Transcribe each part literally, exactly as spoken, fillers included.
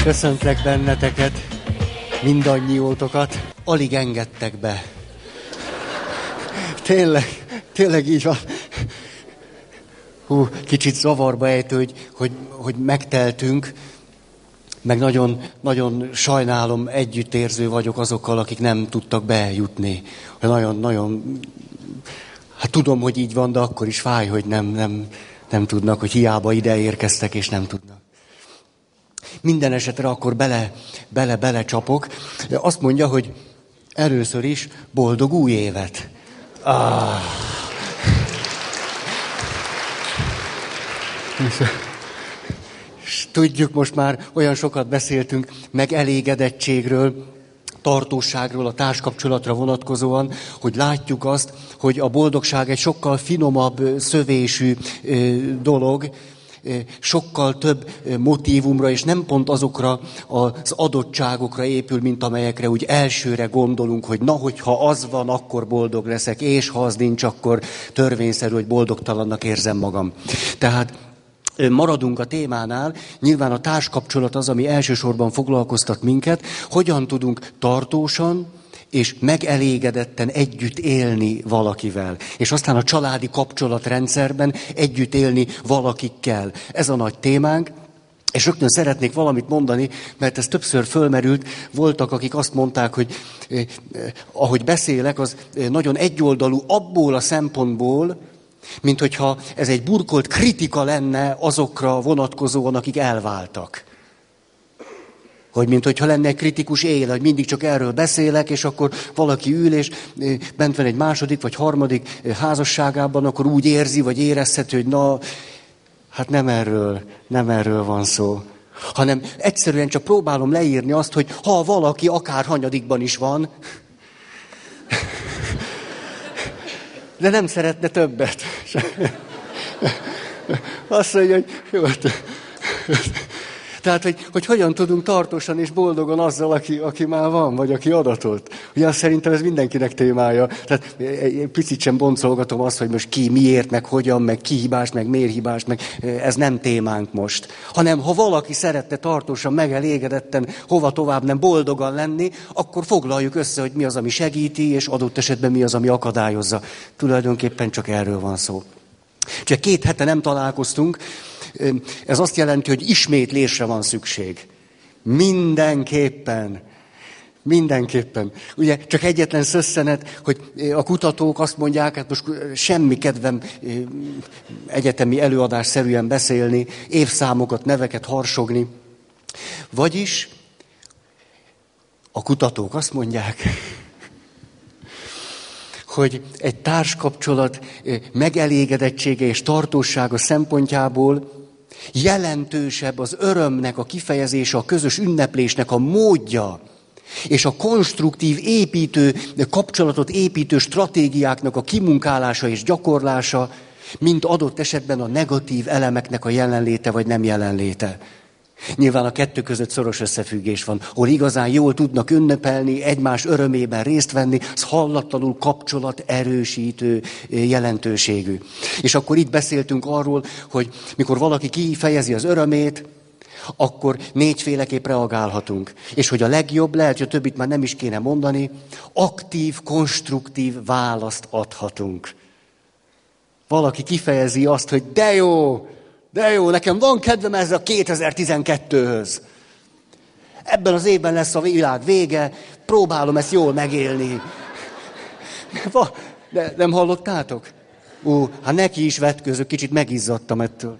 Köszöntlek benneteket, mindannyiótokat. Alig engedtek be. Tényleg, tényleg így van. Hú, kicsit zavarba ejtő, hogy, hogy, hogy megteltünk, meg nagyon, nagyon sajnálom, együttérző vagyok azokkal, akik nem tudtak bejutni. Nagyon, nagyon, hát tudom, hogy így van, de akkor is fáj, hogy nem, nem, nem tudnak, hogy hiába ide érkeztek, és nem tudnak. Minden esetre akkor bele, bele, bele csapok. Azt mondja, hogy először is boldog új évet. Ah. És tudjuk, most már olyan sokat beszéltünk megelégedettségről, tartóságról, a társkapcsolatra vonatkozóan, hogy látjuk azt, hogy a boldogság egy sokkal finomabb szövésű dolog, sokkal több motívumra, és nem pont azokra az adottságokra épül, mint amelyekre úgy elsőre gondolunk, hogy na, hogyha az van, akkor boldog leszek, és ha az nincs, akkor törvényszerű, hogy boldogtalannak érzem magam. Tehát maradunk a témánál, nyilván a társkapcsolat az, ami elsősorban foglalkoztat minket, hogyan tudunk tartósan és megelégedetten együtt élni valakivel. És aztán a családi kapcsolatrendszerben együtt élni valakikkel. Ez a nagy témánk. És rögtön szeretnék valamit mondani, mert ez többször fölmerült. Voltak, akik azt mondták, hogy eh, ahogy beszélek, az nagyon egyoldalú abból a szempontból, mint hogyha ez egy burkolt kritika lenne azokra vonatkozóan, akik elváltak. Hogy mint hogyha lenne egy kritikus éle, hogy mindig csak erről beszélek, és akkor valaki ül, és bent van egy második vagy harmadik házasságában, akkor úgy érzi, vagy érezhető, hogy na, hát nem erről, nem erről van szó. Hanem egyszerűen csak próbálom leírni azt, hogy ha valaki akár hanyadikban is van, de nem szeretne többet. Azt mondja, hogy jó. Tehát, hogy, hogy hogyan tudunk tartósan és boldogan azzal, aki, aki már van, vagy aki adatott. Ugye azt szerintem ez mindenkinek témája. Tehát egy picit sem boncolgatom azt, hogy most ki, miért, meg hogyan, meg ki hibás, meg miért hibás, meg ez nem témánk most. Hanem ha valaki szeretne tartósan, megelégedetten, hova tovább nem boldogan lenni, akkor foglaljuk össze, hogy mi az, ami segíti, és adott esetben mi az, ami akadályozza. Tulajdonképpen csak erről van szó. Csak két hete nem találkoztunk. Ez azt jelenti, hogy ismétlésre van szükség. Mindenképpen. Mindenképpen. Ugye csak egyetlen szösszenet, hogy a kutatók azt mondják, hát most semmi kedvem egyetemi előadásszerűen beszélni, évszámokat, neveket harsogni. Vagyis a kutatók azt mondják, hogy egy társkapcsolat megelégedettsége és tartósága szempontjából jelentősebb az örömnek a kifejezése, a közös ünneplésnek a módja, és a konstruktív építő, kapcsolatot építő stratégiáknak a kimunkálása és gyakorlása, mint adott esetben a negatív elemeknek a jelenléte vagy nem jelenléte. Nyilván a kettő között szoros összefüggés van, ahol igazán jól tudnak ünnepelni, egymás örömében részt venni, az hallatlanul kapcsolat erősítő jelentőségű. És akkor itt beszéltünk arról, hogy mikor valaki kifejezi az örömét, akkor négyféleképp reagálhatunk. És hogy a legjobb, lehet, hogy a többit már nem is kéne mondani, aktív, konstruktív választ adhatunk. Valaki kifejezi azt, hogy de jó, de jó, nekem van kedvem ezzel a kétezer-tizenkettőhöz. Ebben az évben lesz a világ vége, próbálom ezt jól megélni. De nem hallottátok? Ó, hát neki is vetközök, kicsit megizzadtam ettől.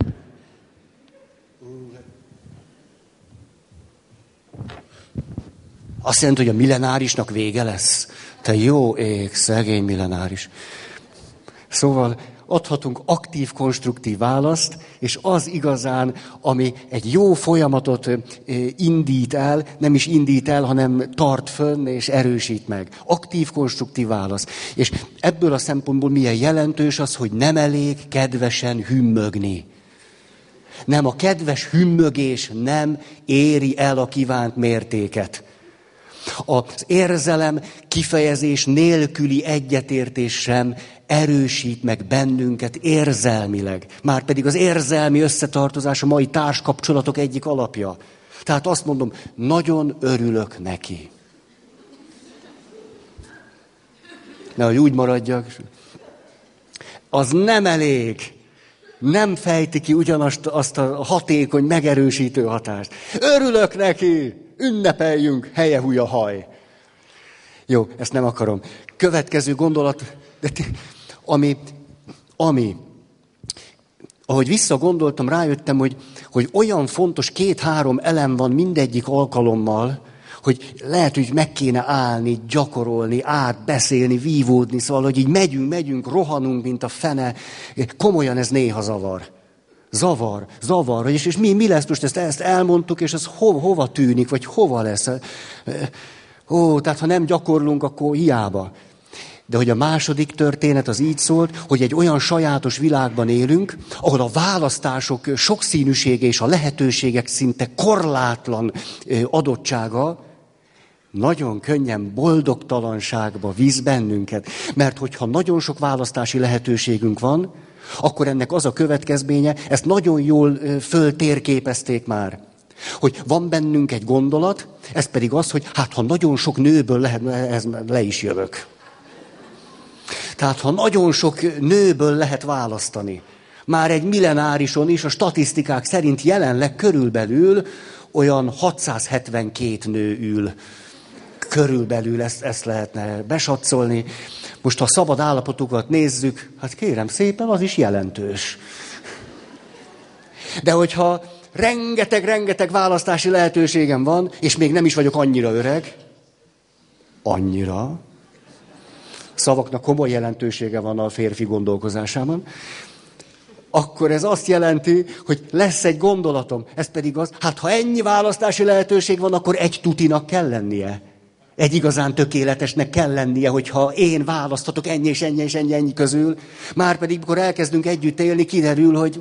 Azt jelenti, hogy a millenárisnak vége lesz. Te jó ég, szegény millenáris. Szóval adhatunk aktív, konstruktív választ, és az igazán, ami egy jó folyamatot indít el, nem is indít el, hanem tart fönn és erősít meg. Aktív, konstruktív válasz. És ebből a szempontból milyen jelentős az, hogy nem elég kedvesen hümmögni. Nem, a kedves hümmögés nem éri el a kívánt mértéket. Az érzelem kifejezés nélküli egyetértés sem erősít meg bennünket érzelmileg. Márpedig az érzelmi összetartozás a mai társkapcsolatok egyik alapja. Tehát azt mondom, nagyon örülök neki. Nehogy úgy maradjak. Az nem elég. Nem fejti ki ugyanazt azt a hatékony, megerősítő hatást. Örülök neki! Ünnepeljünk, helye húja haj. Jó, ezt nem akarom. Következő gondolat, ami, ami, ahogy visszagondoltam, rájöttem, hogy, hogy olyan fontos két-három elem van mindegyik alkalommal, hogy lehet, hogy meg kéne állni, gyakorolni, átbeszélni, vívódni, szóval, hogy így megyünk, megyünk, rohanunk, mint a fene. Komolyan ez néha zavar. Zavar, zavar. És, és mi, mi lesz most, ezt, ezt elmondtuk, és ez ho, hova tűnik, vagy hova lesz? Ó, tehát ha nem gyakorlunk, akkor hiába. De hogy a második történet az így szólt, hogy egy olyan sajátos világban élünk, ahol a választások sokszínűsége és a lehetőségek szinte korlátlan adottsága nagyon könnyen boldogtalanságba visz bennünket. Mert hogyha nagyon sok választási lehetőségünk van, akkor ennek az a következménye, ezt nagyon jól föltérképezték már, hogy van bennünk egy gondolat, ez pedig az, hogy hát ha nagyon sok nőből lehet, ez le is jövök. Tehát ha nagyon sok nőből lehet választani, már egy millenárison is a statisztikák szerint jelenleg körülbelül olyan hatszázhetvenkét nő ül. Körülbelül ezt, ezt lehetne besatszolni. Most ha szabad állapotokat nézzük, hát kérem szépen, az is jelentős. De hogyha rengeteg-rengeteg választási lehetőségem van, és még nem is vagyok annyira öreg, annyira, szavaknak komoly jelentősége van a férfi gondolkozásában, akkor ez azt jelenti, hogy lesz egy gondolatom, ez pedig az, hát ha ennyi választási lehetőség van, akkor egy tutinak kell lennie. Egy igazán tökéletesnek kell lennie, hogyha én választhatok ennyi és ennyi és ennyi, ennyi közül. Márpedig, mikor elkezdünk együtt élni, kiderül, hogy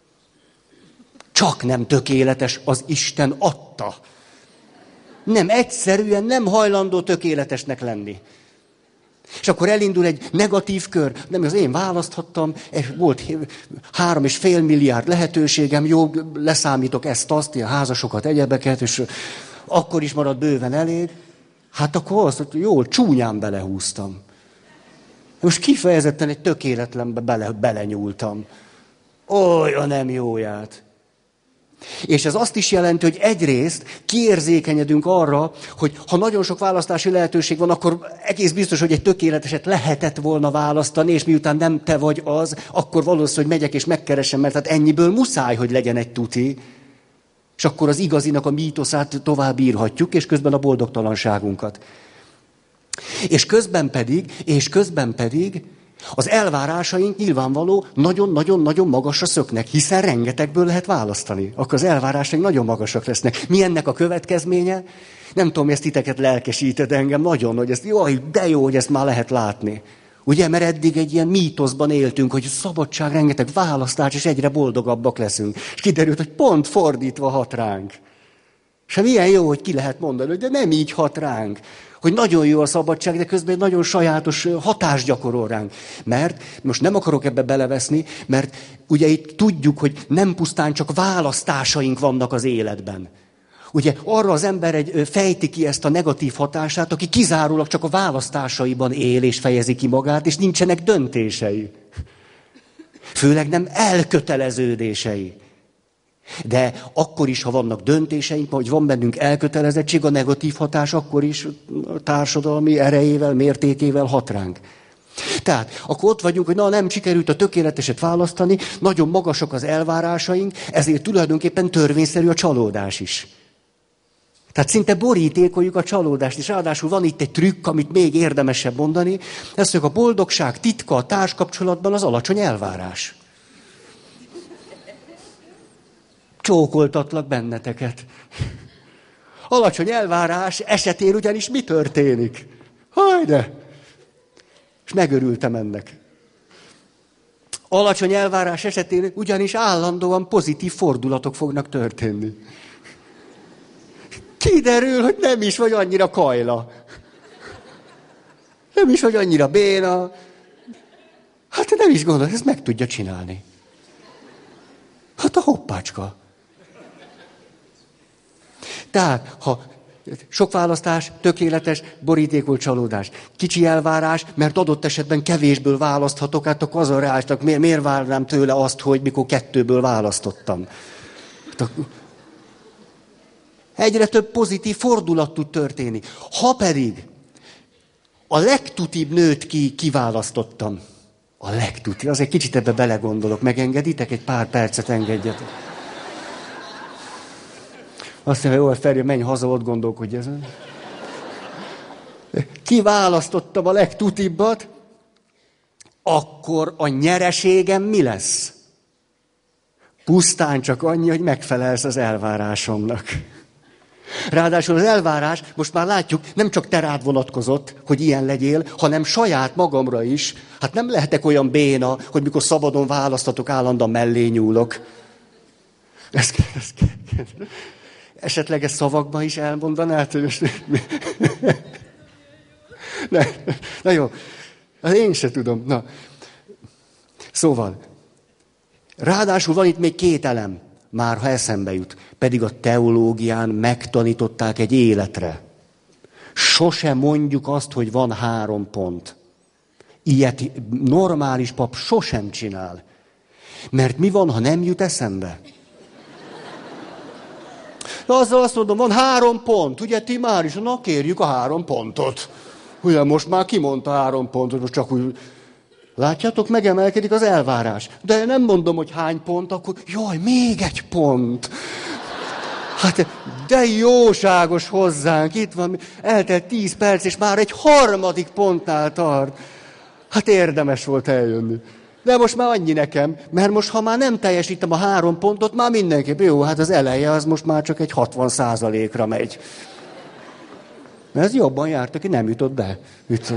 csak nem tökéletes, az Isten adta. Nem, egyszerűen nem hajlandó tökéletesnek lenni. És akkor elindul egy negatív kör. Nem, az én választhattam, volt három és fél milliárd lehetőségem, jó, leszámítok ezt, azt, ilyen házasokat, egyebeket, és akkor is marad bőven elég. Hát akkor azt, hogy jól, csúnyán belehúztam. Most kifejezetten egy tökéletlenbe bele, belenyúltam. Olyan nem jóját. És ez azt is jelenti, hogy egyrészt kiérzékenyedünk arra, hogy ha nagyon sok választási lehetőség van, akkor egész biztos, hogy egy tökéleteset lehetett volna választani, és miután nem te vagy az, akkor valószínű, hogy megyek és megkeresem, mert hát ennyiből muszáj, hogy legyen egy tuti. És akkor az igazinak a mítoszát tovább írhatjuk, és közben a boldogtalanságunkat. És közben pedig, és közben pedig az elvárásaink nyilvánvaló nagyon-nagyon-nagyon magasra szöknek, hiszen rengetegből lehet választani. Akkor az elvárásaink nagyon magasak lesznek. Mi ennek a következménye? Nem tudom, ezt titeket lelkesített engem nagyon, hogy ezt, jaj, de jó, hogy ezt már lehet látni. Ugye, mert eddig egy ilyen mítoszban éltünk, hogy szabadság, rengeteg választás, és egyre boldogabbak leszünk. És kiderült, hogy pont fordítva hat ránk. És milyen jó, hogy ki lehet mondani, hogy de nem így hat ránk. Hogy nagyon jó a szabadság, de közben egy nagyon sajátos hatást gyakorol ránk. Mert, most nem akarok ebbe beleveszni, mert ugye itt tudjuk, hogy nem pusztán csak választásaink vannak az életben. Ugye arra az ember egy, fejti ki ezt a negatív hatását, aki kizárólag csak a választásaiban él és fejezi ki magát, és nincsenek döntései. Főleg nem elköteleződései. De akkor is, ha vannak döntéseink, vagy van bennünk elkötelezettség, a negatív hatás akkor is a társadalmi erejével, mértékével hat ránk. Tehát akkor ott vagyunk, hogy na nem sikerült a tökéleteset választani, nagyon magasak az elvárásaink, ezért tulajdonképpen törvényszerű a csalódás is. Tehát szinte borítékoljuk a csalódást, és ráadásul van itt egy trükk, amit még érdemesebb mondani, ez, hogy a boldogság titka a társkapcsolatban az alacsony elvárás. Csókoltatlak benneteket. Alacsony elvárás esetén ugyanis mi történik? Hajde! És megörültem ennek. Alacsony elvárás esetén ugyanis állandóan pozitív fordulatok fognak történni. Kiderül, hogy nem is vagy annyira kajla. Nem is vagy annyira béna. Hát nem is gondolod, ezt meg tudja csinálni. Hát a hoppácska. Tehát, ha sok választás, tökéletes, borítékolt csalódás. Kicsi elvárás, mert adott esetben kevésből választhatok, hát akkor az a reálisnak, miért, miért várnám tőle azt, hogy mikor kettőből választottam. Egyre több pozitív fordulat tud történni. Ha pedig a legtutibb nőt ki, kiválasztottam, a legtutibb, az egy kicsit ebbe belegondolok, megengeditek? Egy pár percet engedjetek. Azt mondja, jó, Feri, menj haza, ott gondolkodj ezen. Kiválasztottam a legtutibbat, akkor a nyereségem mi lesz? Pusztán csak annyi, hogy megfelelsz az elvárásomnak. Ráadásul az elvárás, most már látjuk, nem csak te rád vonatkozott, hogy ilyen legyél, hanem saját magamra is. Hát nem lehetek olyan béna, hogy mikor szabadon választatok, állandóan mellé nyúlok. Ez, ez, ez, esetleg ezt szavakban is elmondanád, hogy most... Ne, na jó, én se tudom. Na. Szóval, ráadásul van itt még két elem, már ha eszembe jut, pedig a teológián megtanították egy életre. Sose mondjuk azt, hogy van három pont. Ilyet normális pap sosem csinál. Mert mi van, ha nem jut eszembe? Na, azzal azt mondom, van három pont, ugye ti már is, na kérjük a három pontot. Ugye most már kimondta három pontot, most csak úgy... Látjátok, megemelkedik az elvárás. De nem mondom, hogy hány pont, akkor jaj, még egy pont. Hát de jóságos hozzánk, itt van, eltelt tíz perc, és már egy harmadik pontnál tart. Hát érdemes volt eljönni. De most már annyi nekem, mert most, ha már nem teljesítem a három pontot, már mindenképp jó, hát az eleje az most már csak egy hatvan százalékra megy. Mert ez jobban járt, aki nem jutott be. Itt...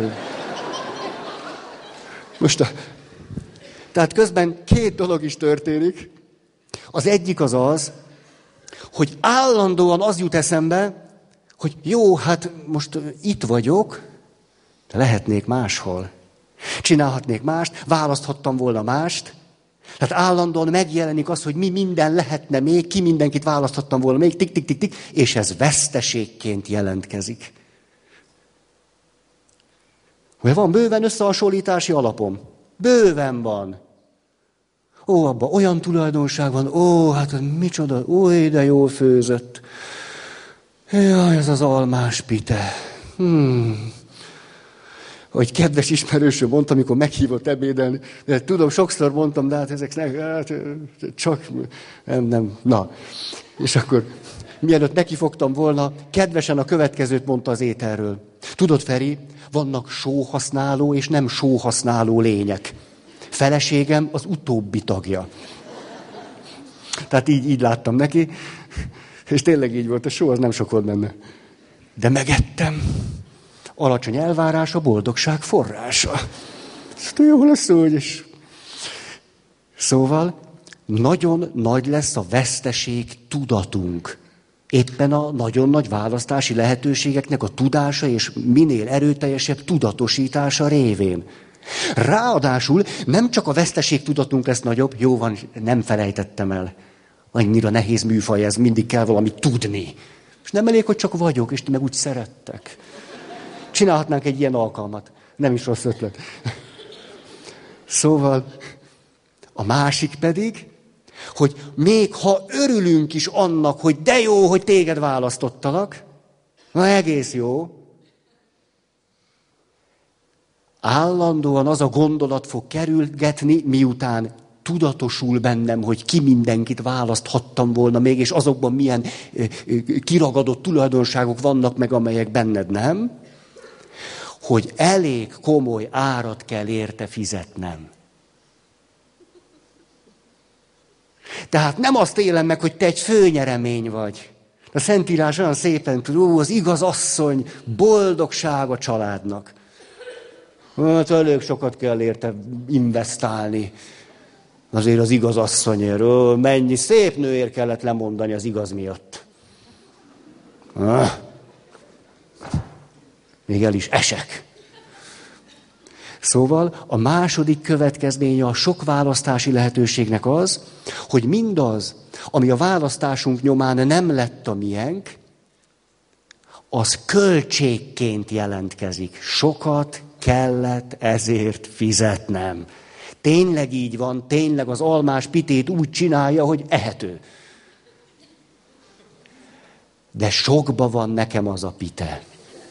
Most a... Tehát közben két dolog is történik. Az egyik az az, hogy állandóan az jut eszembe, hogy jó, hát most itt vagyok, de lehetnék máshol. Csinálhatnék mást, választhattam volna mást. Tehát állandóan megjelenik az, hogy mi minden lehetne még, ki mindenkit választhattam volna még, tik, tik, tik, tik, és ez veszteségként jelentkezik. Mert van bőven összehasonlítási alapom. Bőven van. Ó, abban olyan tulajdonság van, ó, hát micsoda, ó, de jól főzött. Jaj, ez az almás pite. Hmm. Hogy kedves ismerősöm mondta, amikor meghívott ebédelni, de tudom, sokszor mondtam, de hát ezek hát, csak, nem, nem, na. És akkor, mielőtt nekifogtam volna, kedvesen a következőt mondta az ételről. Tudod, Feri, vannak sóhasználó és nem sóhasználó lények. Feleségem az utóbbi tagja. Tehát így, így láttam neki, és tényleg így volt, a só az nem sok volt benne. De megettem. Alacsony elvárás a boldogság forrása. Ezt jó lesz úgy is. Szóval nagyon nagy lesz a veszteség tudatunk. Éppen a nagyon nagy választási lehetőségeknek a tudása és minél erőteljesebb tudatosítása révén. Ráadásul nem csak a veszteség tudatunk lesz nagyobb, jó van, nem felejtettem el. Annyira nehéz műfaj ez, mindig kell valamit tudni. És nem elég, hogy csak vagyok, és ti meg úgy szerettek. Csinálhatnánk egy ilyen alkalmat. Nem is rossz ötlet. Szóval a másik pedig, hogy még ha örülünk is annak, hogy de jó, hogy téged választottalak, na egész jó, állandóan az a gondolat fog kerülgetni, miután tudatosul bennem, hogy ki mindenkit választhattam volna még, és azokban milyen kiragadott tulajdonságok vannak meg, amelyek benned nem, hogy elég komoly árat kell érte fizetnem. Tehát nem azt élem meg, hogy te egy főnyeremény vagy. A Szentírás olyan szépen tud, ó, az igaz asszony, boldogság a családnak. Hát elég sokat kell érte investálni. Azért az igaz asszonyért, ó, mennyi szép nőért kellett lemondani az igaz miatt. Ah. Még el is esek. Szóval a második következménye a sok választási lehetőségnek az, hogy mindaz, ami a választásunk nyomán nem lett a miénk, az költségként jelentkezik. Sokat kellett ezért fizetnem. Tényleg így van, tényleg az almás pitét úgy csinálja, hogy ehető. De sokba van nekem az a pite.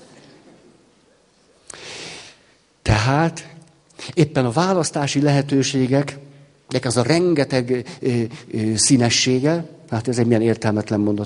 Tehát éppen a választási lehetőségek, ez a rengeteg ö, ö, színessége, hát ez egy milyen értelmetlen mondat.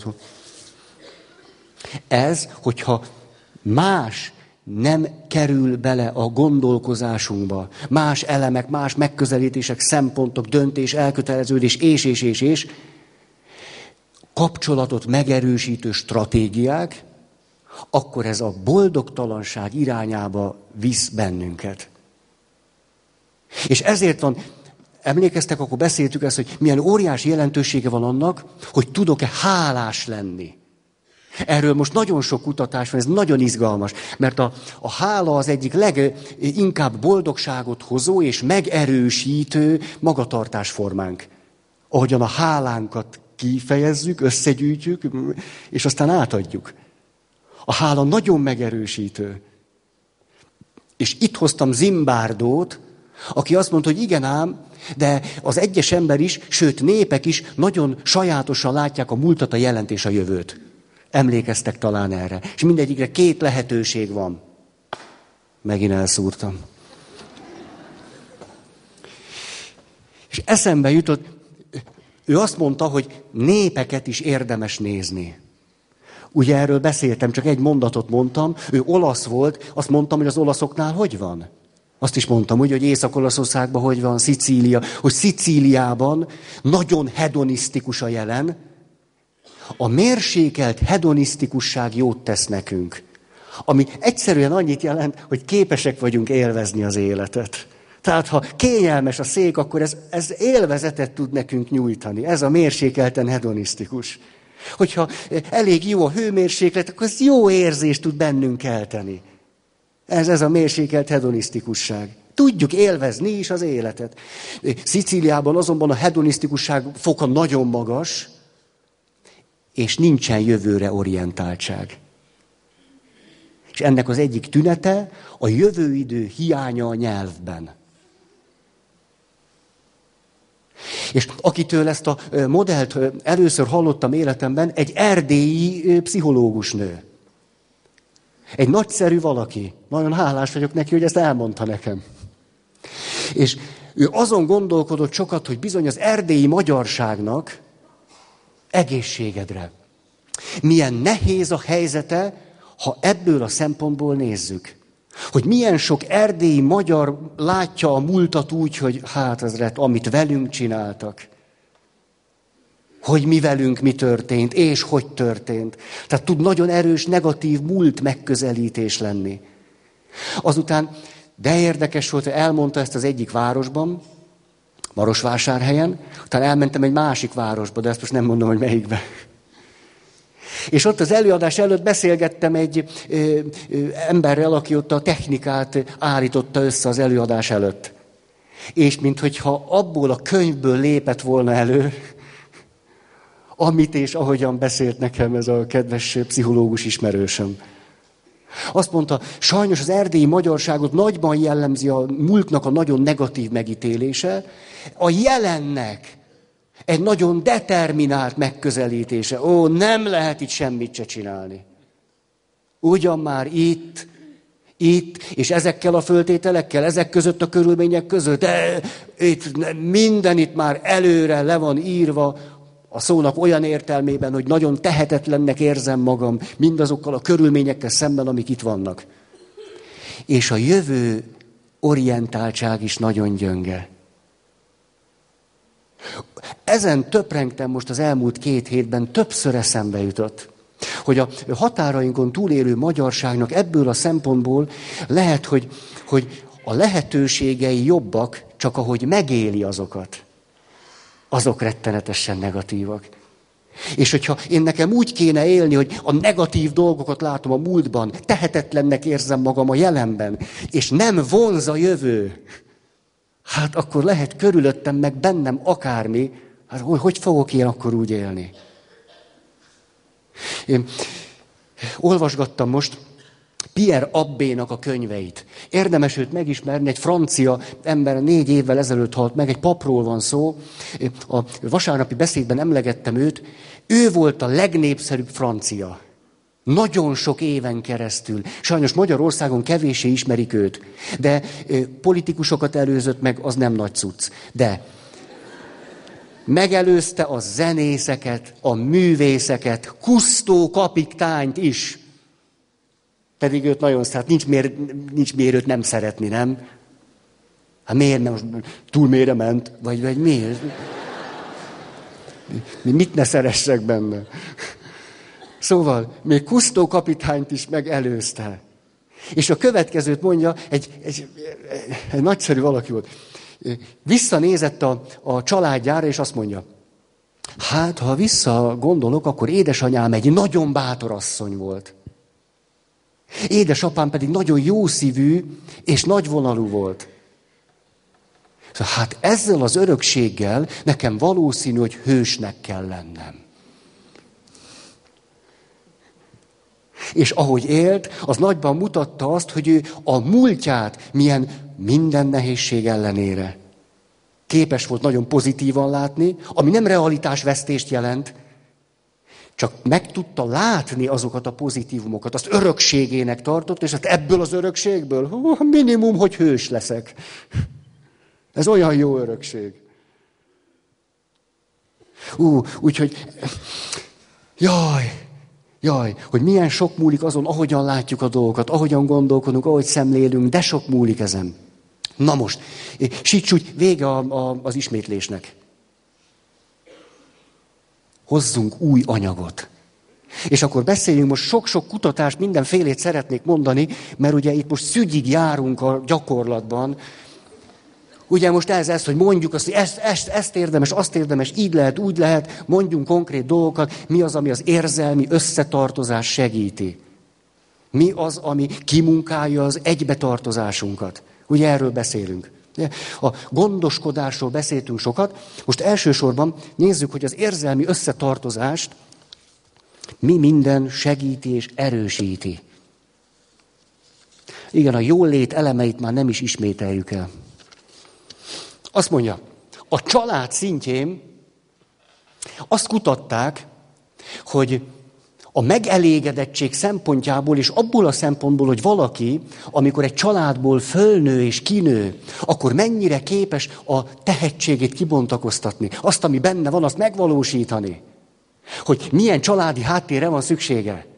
Ez, hogyha más nem kerül bele a gondolkozásunkba, más elemek, más megközelítések, szempontok, döntés, elköteleződés, és, és, és, és, kapcsolatot megerősítő stratégiák, akkor ez a boldogtalanság irányába visz bennünket. És ezért van, emlékeztek, akkor beszéltük ezt, hogy milyen óriási jelentősége van annak, hogy tudok-e hálás lenni. Erről most nagyon sok kutatás van, ez nagyon izgalmas, mert a, a hála az egyik leginkább boldogságot hozó és megerősítő magatartásformánk. Ahogyan a hálánkat kifejezzük, összegyűjtjük, és aztán átadjuk. A hála nagyon megerősítő. És itt hoztam Zimbardo-t, aki azt mondta, hogy igen ám, de az egyes ember is, sőt népek is nagyon sajátosan látják a múltat, a jelent és a jövőt. Emlékeztek talán erre. És mindegyikre két lehetőség van. Megint elszúrtam. És eszembe jutott, ő azt mondta, hogy népeket is érdemes nézni. Ugye erről beszéltem, csak egy mondatot mondtam, ő olasz volt, azt mondtam, hogy az olaszoknál hogy van? Azt is mondtam, hogy, hogy Észak-Olaszországban hogy van, Szicília, hogy Szicíliában nagyon hedonisztikus a jelen. A mérsékelt hedonisztikusság jót tesz nekünk, ami egyszerűen annyit jelent, hogy képesek vagyunk élvezni az életet. Tehát ha kényelmes a szék, akkor ez, ez élvezetet tud nekünk nyújtani. Ez a mérsékelten hedonisztikus. Hogyha elég jó a hőmérséklet, akkor ez jó érzést tud bennünk kelteni. Ez, ez a mérsékelt hedonisztikusság. Tudjuk élvezni is az életet. Szicíliában azonban a hedonisztikusság foka nagyon magas, és nincsen jövőre orientáltság. És ennek az egyik tünete a jövőidő hiánya a nyelvben. És akitől ezt a modellt először hallottam életemben, egy erdélyi pszichológus nő. Egy nagyszerű valaki. Nagyon hálás vagyok neki, hogy ezt elmondta nekem. És ő azon gondolkodott sokat, hogy bizony az erdélyi magyarságnak egészségedre. Milyen nehéz a helyzete, ha ebből a szempontból nézzük. Hogy milyen sok erdélyi magyar látja a múltat úgy, hogy hát ez lett, amit velünk csináltak. Hogy mi velünk mi történt, és hogy történt. Tehát tud nagyon erős, negatív múlt megközelítés lenni. Azután, de érdekes volt, hogy elmondta ezt az egyik városban, Marosvásárhelyen, utána elmentem egy másik városba, de ezt most nem mondom, hogy melyikbe. És ott az előadás előtt beszélgettem egy ö, ö, emberrel, aki ott a technikát állította össze az előadás előtt. És minthogyha abból a könyvből lépett volna elő, amit és ahogyan beszélt nekem ez a kedves pszichológus ismerősöm. Azt mondta, sajnos az erdélyi magyarságot nagyban jellemzi a múltnak a nagyon negatív megítélése, a jelennek egy nagyon determinált megközelítése. Ó, nem lehet itt semmit se csinálni. Ugyan már itt, itt, és ezekkel a föltételekkel, ezek között a körülmények között, de itt minden itt már előre le van írva, a szónak olyan értelmében, hogy nagyon tehetetlennek érzem magam mindazokkal a körülményekkel szemben, amik itt vannak. És a jövő orientáltság is nagyon gyönge. Ezen töprengtem most az elmúlt két hétben, többször eszembe jutott, hogy a határainkon túlélő magyarságnak ebből a szempontból lehet, hogy, hogy a lehetőségei jobbak, csak ahogy megéli azokat, azok rettenetesen negatívak. És hogyha én nekem úgy kéne élni, hogy a negatív dolgokat látom a múltban, tehetetlennek érzem magam a jelenben, és nem vonz a jövő, hát akkor lehet körülöttem meg bennem akármi, hát hogy, hogy fogok én akkor úgy élni? Én, Olvasgattam most Pierre Abbénak a könyveit. Érdemes őt megismerni, egy francia ember négy évvel ezelőtt halt meg, egy papról van szó. A vasárnapi beszédben emlegettem őt. Ő volt a legnépszerűbb francia. Nagyon sok éven keresztül. Sajnos Magyarországon kevéssé ismerik őt. De politikusokat előzött meg, az nem nagy cucc. De megelőzte a zenészeket, a művészeket, Cousteau kapitányt is. Pedig őt nagyon szeret. Nincs miért, nincs miért őt nem szeretni, nem? Hát miért nem? Túl mélyre ment? Vagy, vagy miért? Mit ne szeressek benne? Szóval, még Cousteau kapitányt is megelőzte. És a következőt mondja, egy, egy, egy nagyszerű valaki volt. Visszanézett a, a családjára, és azt mondja, hát, ha visszagondolok, akkor édesanyám egy nagyon bátor asszony volt. Édesapám pedig nagyon jószívű és nagyvonalú volt. Hát ezzel az örökséggel nekem valószínű, hogy hősnek kell lennem. És ahogy élt, az nagyban mutatta azt, hogy ő a múltját milyen minden nehézség ellenére képes volt nagyon pozitívan látni, ami nem realitásvesztést jelent, csak meg tudta látni azokat a pozitívumokat, azt örökségének tartott, és hát ebből az örökségből hú, minimum, hogy hős leszek. Ez olyan jó örökség. Ú, úgyhogy, jaj, jaj, hogy milyen sok múlik azon, ahogyan látjuk a dolgokat, ahogyan gondolkodunk, ahogy szemlélünk, de sok múlik ezen. Na most, síts úgy, vége a, a, az ismétlésnek. Hozzunk új anyagot. És akkor beszéljünk most sok-sok kutatást, mindenfélét szeretnék mondani, mert ugye itt most szügyig járunk a gyakorlatban. Ugye most ez, ez hogy mondjuk azt, hogy ezt, ezt, ezt érdemes, azt érdemes, így lehet, úgy lehet, mondjunk konkrét dolgokat, mi az, ami az érzelmi összetartozás segíti. Mi az, ami kimunkálja az egybetartozásunkat. Ugye erről beszélünk. A gondoskodásról beszéltünk sokat. Most elsősorban nézzük, hogy az érzelmi összetartozást mi minden segíti és erősíti. Igen, a jólét elemeit már nem is ismételjük el. Azt mondja, a család szintjén azt kutatták, hogy a megelégedettség szempontjából, és abból a szempontból, hogy valaki, amikor egy családból fölnő és kinő, akkor mennyire képes a tehetségét kibontakoztatni. Azt, ami benne van, azt megvalósítani. Hogy milyen családi háttérre van szüksége.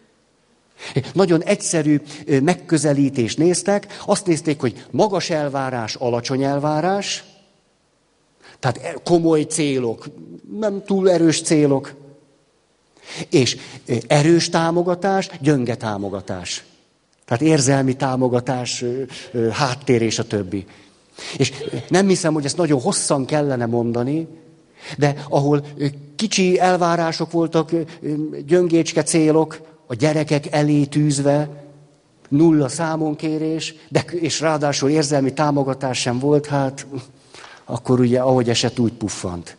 Nagyon egyszerű megközelítést néztek. Azt nézték, hogy magas elvárás, alacsony elvárás. Tehát komoly célok, nem túl erős célok. És erős támogatás, gyönge támogatás. Tehát érzelmi támogatás, háttér és a többi. És nem hiszem, hogy ezt nagyon hosszan kellene mondani, de ahol kicsi elvárások voltak, gyöngécske célok, a gyerekek elé tűzve, nulla számonkérés, de, és ráadásul érzelmi támogatás sem volt, hát akkor ugye, ahogy esett, úgy puffant.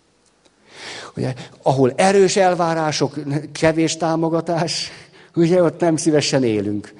Ugye, ahol erős elvárások, kevés támogatás, ugye ott nem szívesen élünk.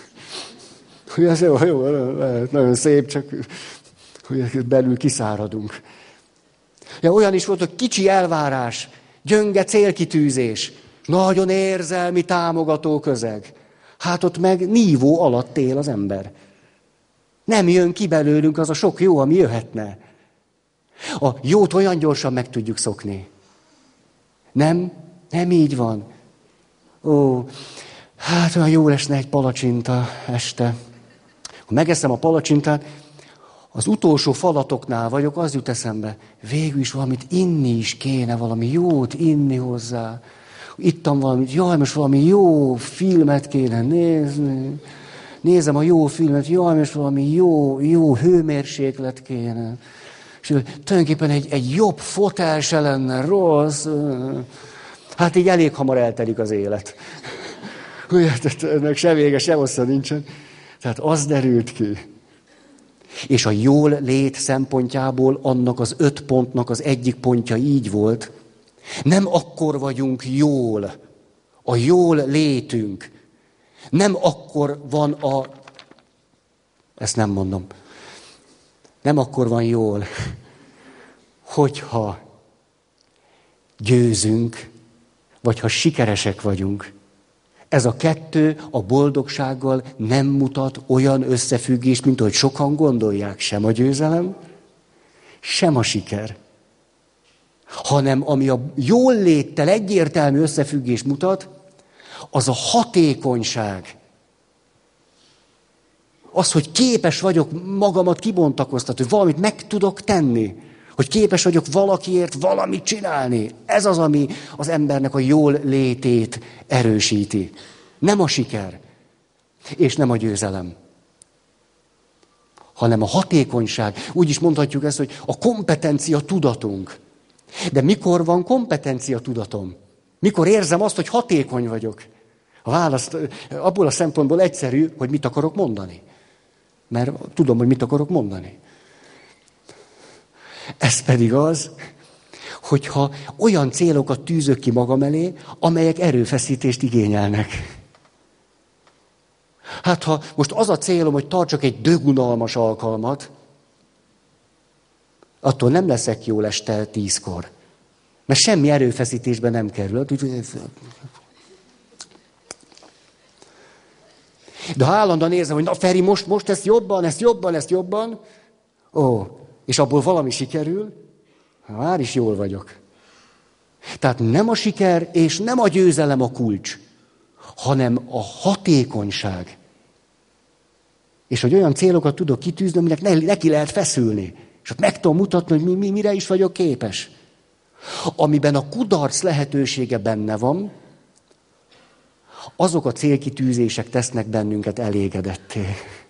Ugye ez jó, jó, lehet, nagyon szép, csak ugye, belül kiszáradunk. Ugye, olyan is volt, hogy kicsi elvárás, gyönge célkitűzés, nagyon érzelmi támogató közeg. Hát ott meg nívó alatt él az ember. Nem jön ki belőlünk az a sok jó, ami jöhetne. A jót olyan gyorsan meg tudjuk szokni. Nem? Nem így van. Ó, hát olyan jó lesne egy palacsinta este. Ha megeszem a palacsintát, az utolsó falatoknál vagyok, az jut eszembe. Végül is valamit inni is kéne, valami jót inni hozzá. Ittam valamit, jaj, most valami jó filmet kéne nézni. Nézem a jó filmet, jaj, most valami jó, jó hőmérséklet kéne. És tulajdonképpen egy, egy jobb fotel se lenne rossz. Hát így elég hamar eltelik az élet. Ugye, ennek se vége, se hossza nincsen. Tehát az derült ki. És a jól lét szempontjából annak az öt pontnak az egyik pontja így volt. Nem akkor vagyunk jól, A jól létünk. Nem akkor van a... Ezt nem mondom. Nem akkor van jól, hogyha győzünk, vagy ha sikeresek vagyunk. Ez a kettő a boldogsággal nem mutat olyan összefüggést, mint ahogy sokan gondolják, sem a győzelem, sem a siker. Hanem ami a jól léttel egyértelmű összefüggést mutat, az a hatékonyság. Az, hogy képes vagyok magamat kibontakoztatni, hogy valamit meg tudok tenni. Hogy képes vagyok valakiért valamit csinálni. Ez az, ami az embernek a jól létét erősíti. Nem a siker, és nem a győzelem, hanem a hatékonyság. Úgy is mondhatjuk ezt, hogy a kompetencia tudatunk. De mikor van kompetencia tudatom? Mikor érzem azt, hogy hatékony vagyok? A válasz abból a szempontból egyszerű, hogy mit akarok mondani. Mert tudom, hogy mit akarok mondani. Ez pedig az, hogyha olyan célokat tűzök ki magam elé, amelyek erőfeszítést igényelnek. Hát ha most az a célom, hogy tartsak egy dögunalmas alkalmat, attól nem leszek jól este tízkor. Mert semmi erőfeszítésben nem kerül. De ha állandóan érzem, hogy na Feri, most, most ezt jobban, ezt jobban, ezt jobban, ó, és abból valami sikerül, már is jól vagyok. Tehát nem a siker és nem a győzelem a kulcs, hanem a hatékonyság. És hogy olyan célokat tudok kitűzni, aminek neki lehet feszülni. És ott meg tudom mutatni, hogy mi, mi, mire is vagyok képes. Amiben a kudarc lehetősége benne van, azok a célkitűzések tesznek bennünket elégedetté.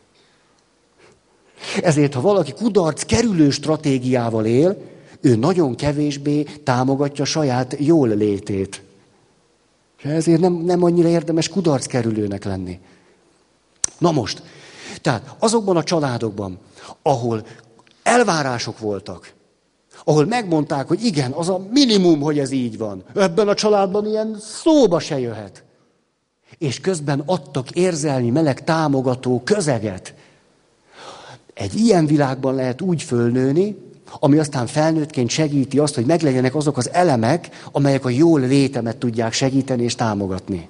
Ezért, ha valaki kudarc kerülő stratégiával él, ő nagyon kevésbé támogatja saját jól létét. És ezért nem, nem annyira érdemes kudarc kerülőnek lenni. Na most, tehát azokban a családokban, ahol elvárások voltak, ahol megmondták, hogy igen, az a minimum, hogy ez így van. Ebben a családban ilyen szóba se jöhet. És közben adtak érzelmi, meleg, támogató közeget. Egy ilyen világban lehet úgy fölnőni, ami aztán felnőttként segíti azt, hogy meglegyenek azok az elemek, amelyek a jól létemet tudják segíteni és támogatni.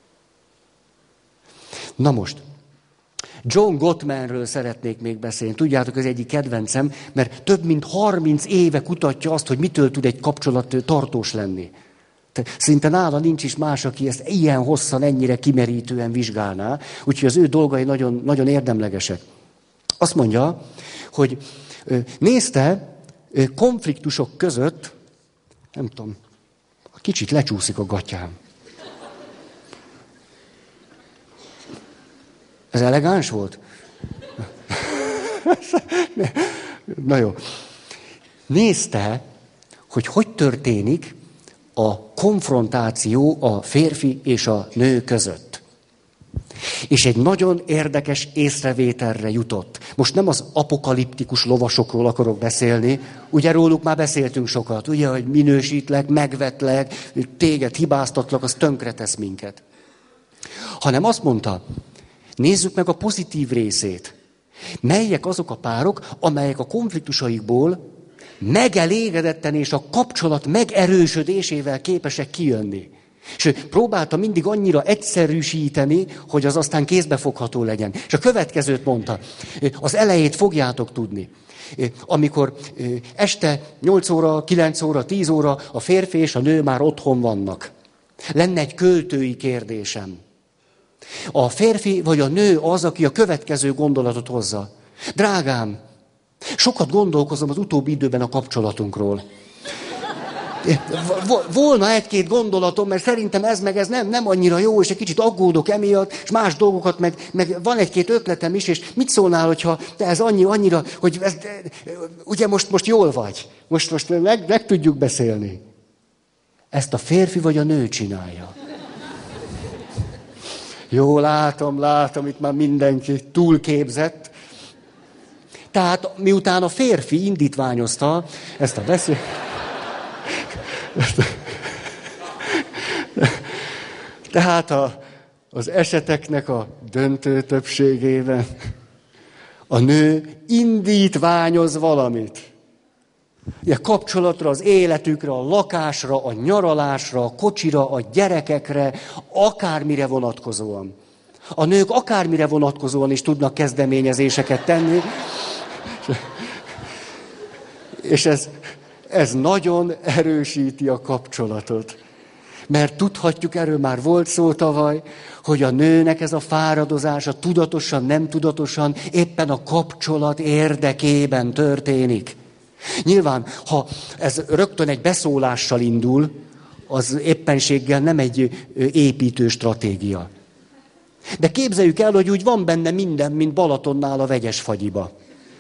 Na most, John Gottmanről szeretnék még beszélni. Tudjátok, ez egyik kedvencem, mert több mint harminc éve kutatja azt, hogy mitől tud egy kapcsolat tartós lenni. Szinte nála nincs is más, aki ezt ilyen hosszan, ennyire kimerítően vizsgálná, úgyhogy az ő dolgai nagyon, nagyon érdemlegesek. Azt mondja, hogy nézte konfliktusok között, nem tudom, kicsit lecsúszik a gatyám. Ez elegáns volt? Na jó. Nézte, hogy hogy történik a konfrontáció a férfi és a nő között. És egy nagyon érdekes észrevételre jutott. Most nem az apokaliptikus lovasokról akarok beszélni, ugye róluk már beszéltünk sokat, ugye, hogy minősítlek, megvetlek, téged hibáztatlak, az tönkretesz minket. Hanem azt mondta, nézzük meg a pozitív részét. Melyek azok a párok, amelyek a konfliktusaikból megelégedetten és a kapcsolat megerősödésével képesek kijönni. És próbálta mindig annyira egyszerűsíteni, hogy az aztán kézbefogható legyen. És a következőt mondta, az elejét fogjátok tudni. Amikor este nyolc óra, kilenc óra, tíz óra a férfi és a nő már otthon vannak. Lenne egy költői kérdésem. A férfi vagy a nő az, aki a következő gondolatot hozza. Drágám, sokat gondolkozom az utóbbi időben a kapcsolatunkról. Volna egy-két gondolatom, mert szerintem ez meg ez nem, nem annyira jó, és egy kicsit aggódok emiatt, és más dolgokat, meg, meg van egy-két ötletem is, és mit szólnál, hogyha te ez annyi, annyira, hogy ez, ugye most, most jól vagy, most, most meg, meg tudjuk beszélni. Ezt a férfi vagy a nő csinálja. Jó, látom, látom, itt már mindenki túlképzett. Tehát miután a férfi indítványozta ezt a beszélgetést, Tehát a, az eseteknek a döntő többségében a nő indítványoz valamit. Ugye kapcsolatra, az életükre, a lakásra, a nyaralásra, a kocsira, a gyerekekre, akármire vonatkozóan. A nők akármire vonatkozóan is tudnak kezdeményezéseket tenni. És ez, ez nagyon erősíti a kapcsolatot. Mert tudhatjuk, erről már volt szó tavaly, hogy a nőnek ez a fáradozása tudatosan, nem tudatosan éppen a kapcsolat érdekében történik. Nyilván, ha ez rögtön egy beszólással indul, az éppenséggel nem egy építő stratégia. De képzeljük el, hogy úgy van benne minden, mint Balatonnál a Vegyesfagyiba.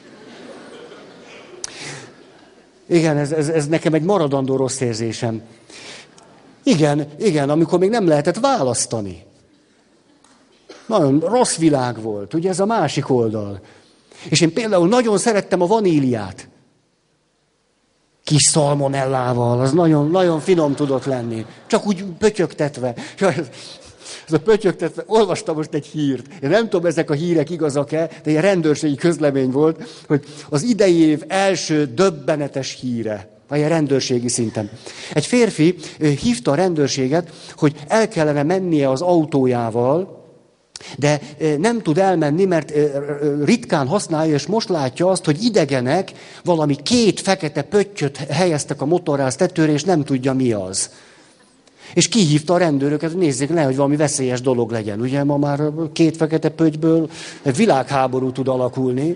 Igen, ez, ez, ez nekem egy maradandó rossz érzésem. Igen, igen, amikor még nem lehetett választani. Nagyon rossz világ volt, ugye ez a másik oldal. És én például nagyon szerettem a vaníliát. Kis szalmonellával, az nagyon, nagyon finom tudott lenni. Csak úgy pötyögtetve. Ez a pötyögtetve, olvastam most egy hírt. Én nem tudom, ezek a hírek igazak-e, de egy rendőrségi közlemény volt, hogy az idei év első döbbenetes híre, vagy a rendőrségi szinten. Egy férfi hívta a rendőrséget, hogy el kellene mennie az autójával, de nem tud elmenni, mert ritkán használja, és most látja azt, hogy idegenek valami két fekete pöttyöt helyeztek a motorház tetőre, és nem tudja, mi az. És kihívta a rendőröket, hogy nézzék le, hogy valami veszélyes dolog legyen. Ugye ma már két fekete pöttyből egy világháború tud alakulni.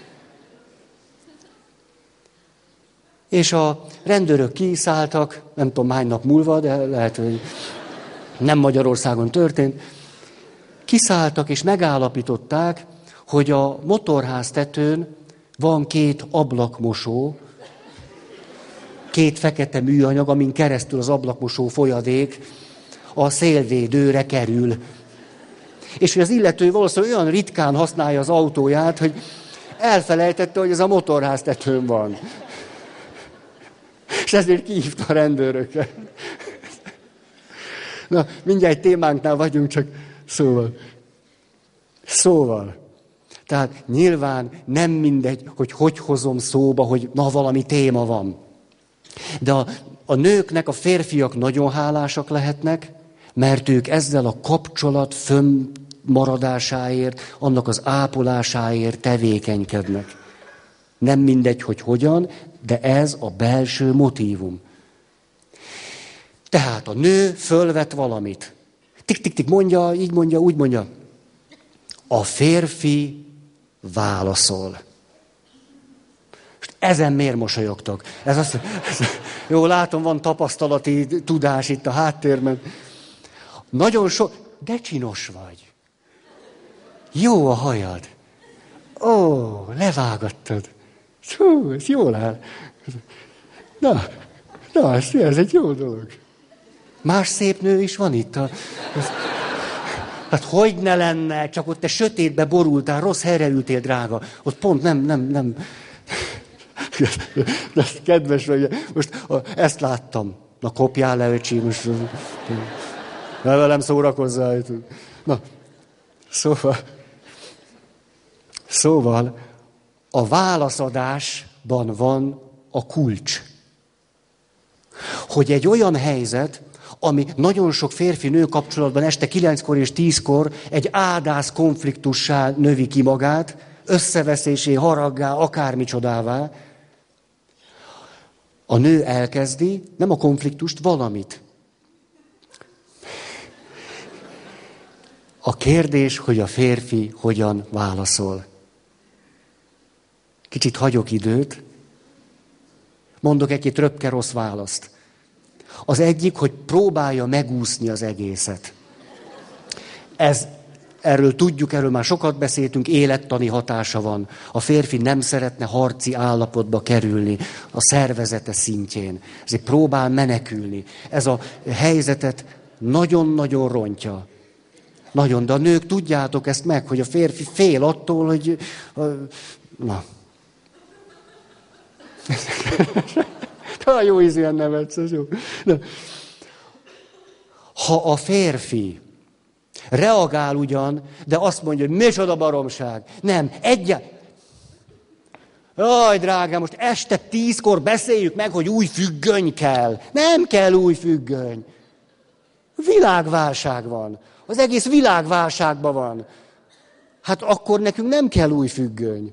És a rendőrök kiszálltak, nem tudom hány nap múlva, de lehet, hogy nem Magyarországon történt. Kiszálltak és megállapították, hogy a motorház tetőn van két ablakmosó, két fekete műanyag, amin keresztül az ablakmosó folyadék a szélvédőre kerül. És hogy az illető valószínűleg olyan ritkán használja az autóját, hogy elfelejtette, hogy ez a motorház tetőn van. És ezért kihívta a rendőröket. Na, mindjárt egy témánknál vagyunk, csak szóval. Szóval. Tehát nyilván nem mindegy, hogy hogy hozom szóba, hogy na valami téma van. De a, a nőknek, a férfiak nagyon hálásak lehetnek, mert ők ezzel a kapcsolat fönnmaradásáért, annak az ápolásáért tevékenykednek. Nem mindegy, hogy hogyan, de ez a belső motívum. Tehát a nő fölvet valamit. Tik-tik-tik mondja, így mondja, úgy mondja. A férfi válaszol. Ezen miért mosolyogtok? Ez azt, ez, jó, látom, van tapasztalati tudás itt a háttérben. Nagyon sok... De csinos vagy. Jó a hajad. Ó, levágattad. Hú, ez jól áll. Na, na, ez, ez egy jó dolog. Más szép nő is van itt. A, ez, hát hogy ne lenne, csak ott te sötétbe borultál, rossz helyre ültél, drága. Ott pont nem, nem, nem... De kedves vagy, most ezt láttam. Na, kopjál le, öcsi, most ne velem szórakozzál. Na, szóval, szóval a válaszadásban van a kulcs. Hogy egy olyan helyzet, ami nagyon sok férfi-nő kapcsolatban este kilenckor és tízkor egy ádász konfliktussá növi ki magát, összeveszésé, haraggá, akármicsodává. A nő elkezdi, nem a konfliktust, valamit. A kérdés, hogy a férfi hogyan válaszol. Kicsit hagyok időt, mondok egy-két röpke rossz választ. Az egyik, hogy próbálja megúszni az egészet. Ez, erről tudjuk, erről már sokat beszéltünk, élettani hatása van. A férfi nem szeretne harci állapotba kerülni a szervezete szintjén. Ezért próbál menekülni. Ez a helyzetet nagyon-nagyon rontja. Nagyon, de a nők tudjátok ezt meg, hogy a férfi fél attól, hogy... Na. Ha jó ízűen nevetsz, ez jó. Na. Ha a férfi Reagál ugyan, de azt mondja, hogy micsoda baromság. Nem, egyáltalán. Jaj, drágám, most este tízkor beszéljük meg, hogy új függöny kell. Nem kell új függöny. Világválság van. Az egész világválságban van. Hát akkor nekünk nem kell új függöny.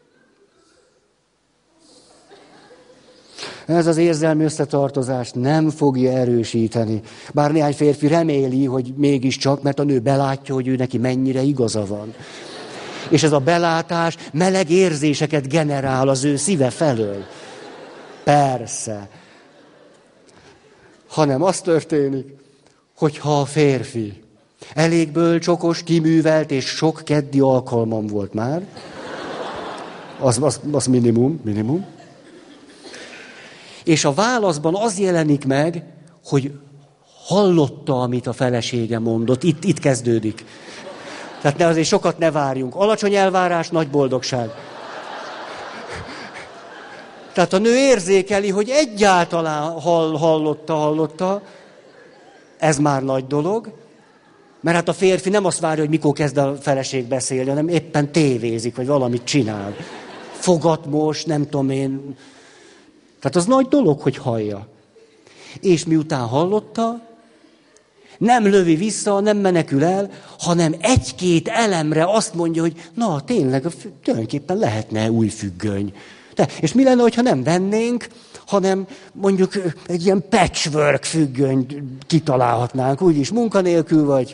Ez az érzelmi összetartozást nem fogja erősíteni. Bár néhány férfi reméli, hogy mégiscsak, mert a nő belátja, hogy ő neki mennyire igaza van. És ez a belátás meleg érzéseket generál az ő szíve felől. Persze. Hanem az történik, hogyha a férfi elég bölcsokos, kiművelt, és sok keddi alkalmam volt már, az, az, az minimum, minimum, és a válaszban az jelenik meg, hogy hallotta, amit a felesége mondott. Itt, itt kezdődik. Tehát ne, azért sokat ne várjunk. Alacsony elvárás, nagy boldogság. Tehát a nő érzékeli, hogy egyáltalán hall, hallotta, hallotta. Ez már nagy dolog. Mert hát a férfi nem azt várja, hogy mikor kezd a feleség beszélni, hanem éppen tévézik, vagy valamit csinál. Fogatmos, nem tudom én. Tehát az nagy dolog, hogy hallja. És miután hallotta, nem lövi vissza, nem menekül el, hanem egy-két elemre azt mondja, hogy na, tényleg, tulajdonképpen lehetne új függöny. De, és mi lenne, ha nem vennénk, hanem mondjuk egy ilyen patchwork függönyt kitalálhatnánk, úgyis munkanélkül vagy.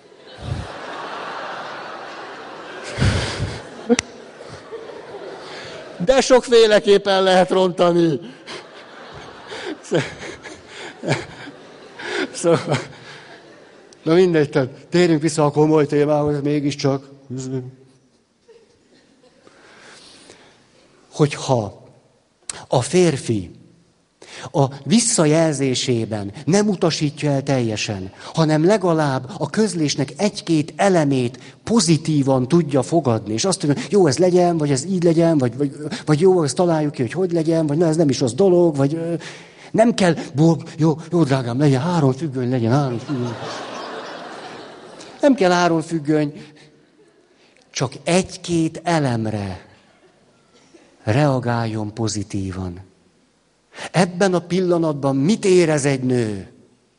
De sokféleképpen lehet rontani. Szóval, na mindegy, tehát térjünk vissza a komoly témához, mégiscsak. Hogyha a férfi a visszajelzésében nem utasítja el teljesen, hanem legalább a közlésnek egy-két elemét pozitívan tudja fogadni, és azt mondja, jó, ez legyen, vagy ez így legyen, vagy, vagy, vagy jó, ezt találjuk ki, hogy hogy legyen, vagy na, ez nem is rossz dolog, vagy nem kell, borg, jó, jó, drágám, legyen három függöny, legyen három függöny. Nem kell három függöny, csak egy-két elemre reagáljon pozitívan. Ebben a pillanatban mit érez egy nő?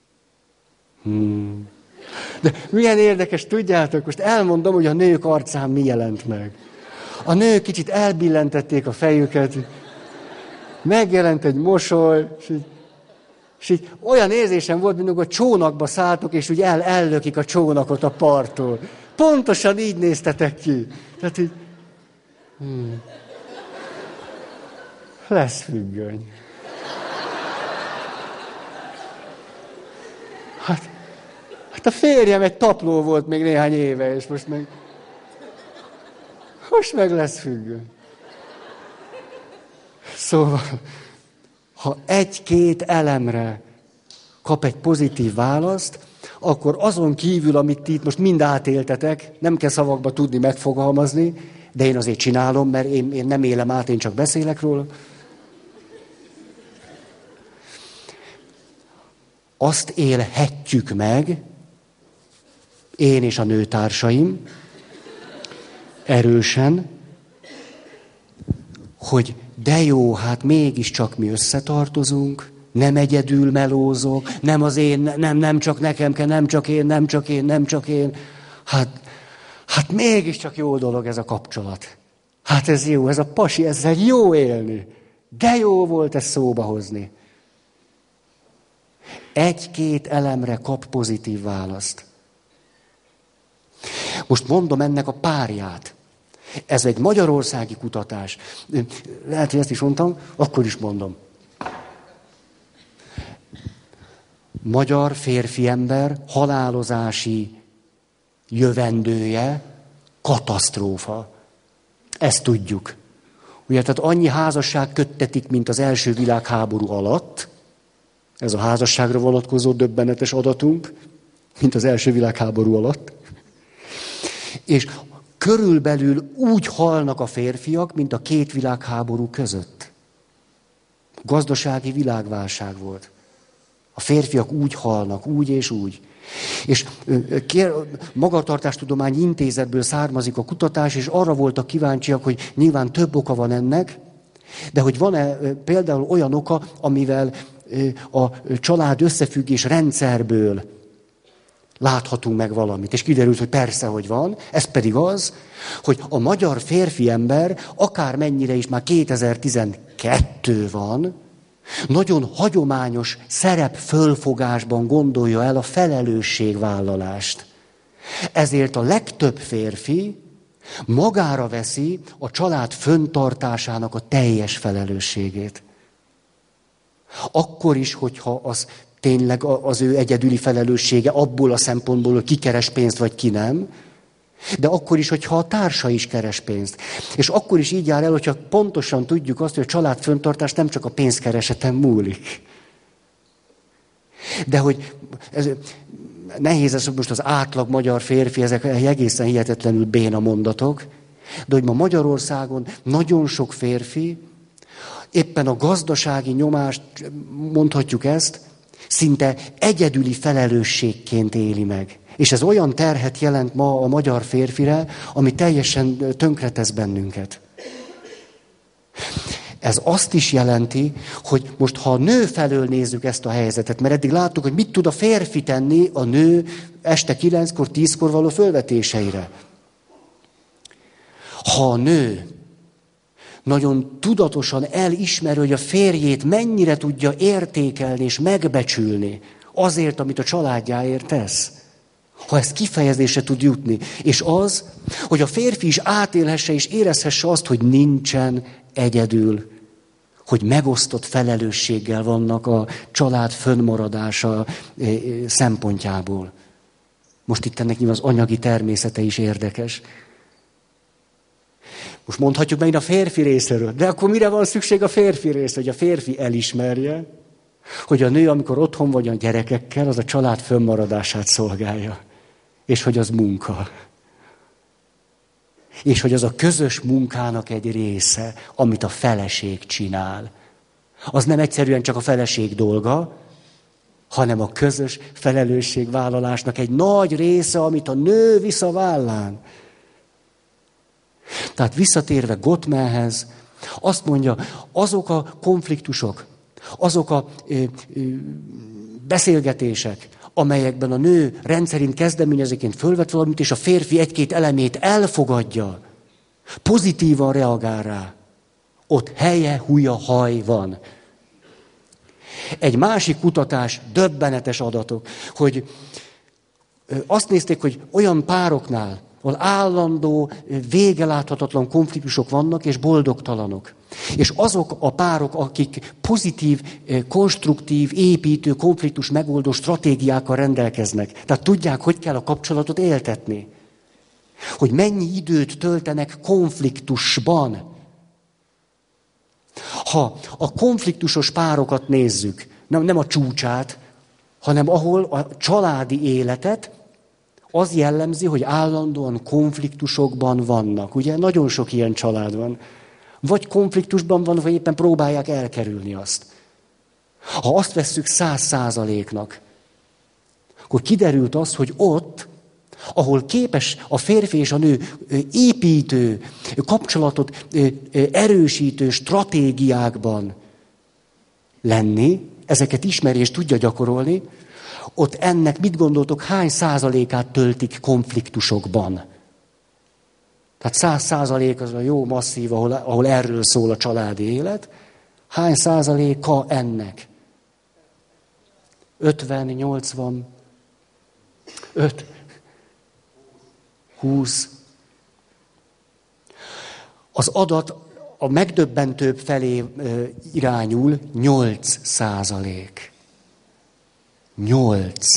Hmm. De milyen érdekes, tudjátok, most elmondom, hogy a nők arcán mi jelent meg. A nők kicsit elbillentették a fejüket, megjelent egy mosoly, és így, és így olyan érzésem volt, mint hogy csónakba szálltok, és úgy el, ellökik a csónakot a parttól. Pontosan így néztetek ki. Tehát így... Hmm. Lesz függöny. Hát, hát a férjem egy tapló volt még néhány éve, és most meg... Most meg lesz függöny. Szóval, ha egy-két elemre kap egy pozitív választ, akkor azon kívül, amit ti itt most mind átéltetek, nem kell szavakba tudni megfogalmazni, de én azért csinálom, mert én, én nem élem át, én csak beszélek róla. Azt élhetjük meg, én és a nőtársaim, erősen, hogy de jó, hát mégiscsak mi összetartozunk, nem egyedül melózok, nem az én, nem, nem csak nekem kell, nem csak én, nem csak én, nem csak én. Hát, hát mégiscsak jó dolog ez a kapcsolat. Hát ez jó, ez a pasi, ezzel jó élni. De jó volt ezt szóba hozni. Egy-két elemre kap pozitív választ. Most mondom ennek a párját. Ez egy magyarországi kutatás. Lehet, hogy ezt is mondtam, akkor is mondom. Magyar férfi ember halálozási jövendője katasztrófa. Ezt tudjuk. Ugye, tehát annyi házasság köttetik, mint az első világháború alatt. Ez a házasságra vonatkozó döbbenetes adatunk, mint az első világháború alatt. És körülbelül úgy halnak a férfiak, mint a két világháború között. Gazdasági világválság volt. A férfiak úgy halnak, úgy és úgy. És kér, Magatartástudományi Intézetből származik a kutatás, és arra voltak kíváncsiak, hogy nyilván több oka van ennek, de hogy van-e például olyan oka, amivel a család összefüggés rendszerből láthatunk meg valamit. És kiderült, hogy persze, hogy van. Ez pedig az, hogy a magyar férfi ember, akármennyire is már kétezer-tizenkettő van, nagyon hagyományos szerepfölfogásban gondolja el a felelősségvállalást. Ezért a legtöbb férfi magára veszi a család föntartásának a teljes felelősségét. Akkor is, hogyha az tényleg az ő egyedüli felelőssége abból a szempontból, hogy ki keres pénzt, vagy ki nem, de akkor is, hogyha a társa is keres pénzt. És akkor is így jár el, hogyha pontosan tudjuk azt, hogy a család fenntartás nem csak a pénzkereseten múlik. De hogy ez, nehéz ez, most az átlag magyar férfi, ezek egészen hihetetlenül béna mondatok, de hogy ma Magyarországon nagyon sok férfi éppen a gazdasági nyomást, mondhatjuk ezt, szinte egyedüli felelősségként éli meg. És ez olyan terhet jelent ma a magyar férfire, ami teljesen tönkretesz bennünket. Ez azt is jelenti, hogy most ha a nő felől nézzük ezt a helyzetet, mert eddig láttuk, hogy mit tud a férfi tenni a nő este kilenckor, tízkor való fölvetéseire. Ha a nő nagyon tudatosan elismeri, hogy a férjét mennyire tudja értékelni és megbecsülni azért, amit a családjáért tesz. Ha ezt kifejezésre tud jutni. És az, hogy a férfi is átélhesse és érezhesse azt, hogy nincsen egyedül, hogy megosztott felelősséggel vannak a család fönnmaradása szempontjából. Most itt ennek nyilván az anyagi természete is érdekes. Most mondhatjuk megint a férfi részéről, de akkor mire van szükség a férfi részre, hogy a férfi elismerje, hogy a nő, amikor otthon vagy a gyerekekkel, az a család fönnmaradását szolgálja. És hogy az munka. És hogy az a közös munkának egy része, amit a feleség csinál. Az nem egyszerűen csak a feleség dolga, hanem a közös felelősségvállalásnak egy nagy része, amit a nő visz a vállán. Tehát visszatérve Gottmanhez, azt mondja, azok a konfliktusok, azok a ö, ö, beszélgetések, amelyekben a nő rendszerint kezdeményezőként fölvet valamit, és a férfi egy-két elemét elfogadja, pozitívan reagál rá, ott helye, húja, haj van. Egy másik kutatás, döbbenetes adatok, hogy azt nézték, hogy olyan pároknál, ahol állandó, végeláthatatlan konfliktusok vannak, és boldogtalanok. És azok a párok, akik pozitív, konstruktív, építő, konfliktus megoldó stratégiákkal rendelkeznek. Tehát tudják, hogy kell a kapcsolatot éltetni. Hogy mennyi időt töltenek konfliktusban. Ha a konfliktusos párokat nézzük, nem, nem a csúcsát, hanem ahol a családi életet, az jellemzi, hogy állandóan konfliktusokban vannak. Ugye nagyon sok ilyen család van. Vagy konfliktusban van, vagy éppen próbálják elkerülni azt. Ha azt vesszük száz százaléknak, akkor kiderült az, hogy ott, ahol képes a férfi és a nő építő, kapcsolatot erősítő stratégiákban lenni, ezeket ismeri és tudja gyakorolni, ott ennek mit gondoltok, hány százalékát töltik konfliktusokban? Tehát száz százalék az a jó masszív, ahol, ahol erről szól a családi élet. Hány százaléka ennek? ötven, nyolcvan, öt, húsz. Az adat a megdöbbentőbb felé irányul, nyolc százalék. Nyolc.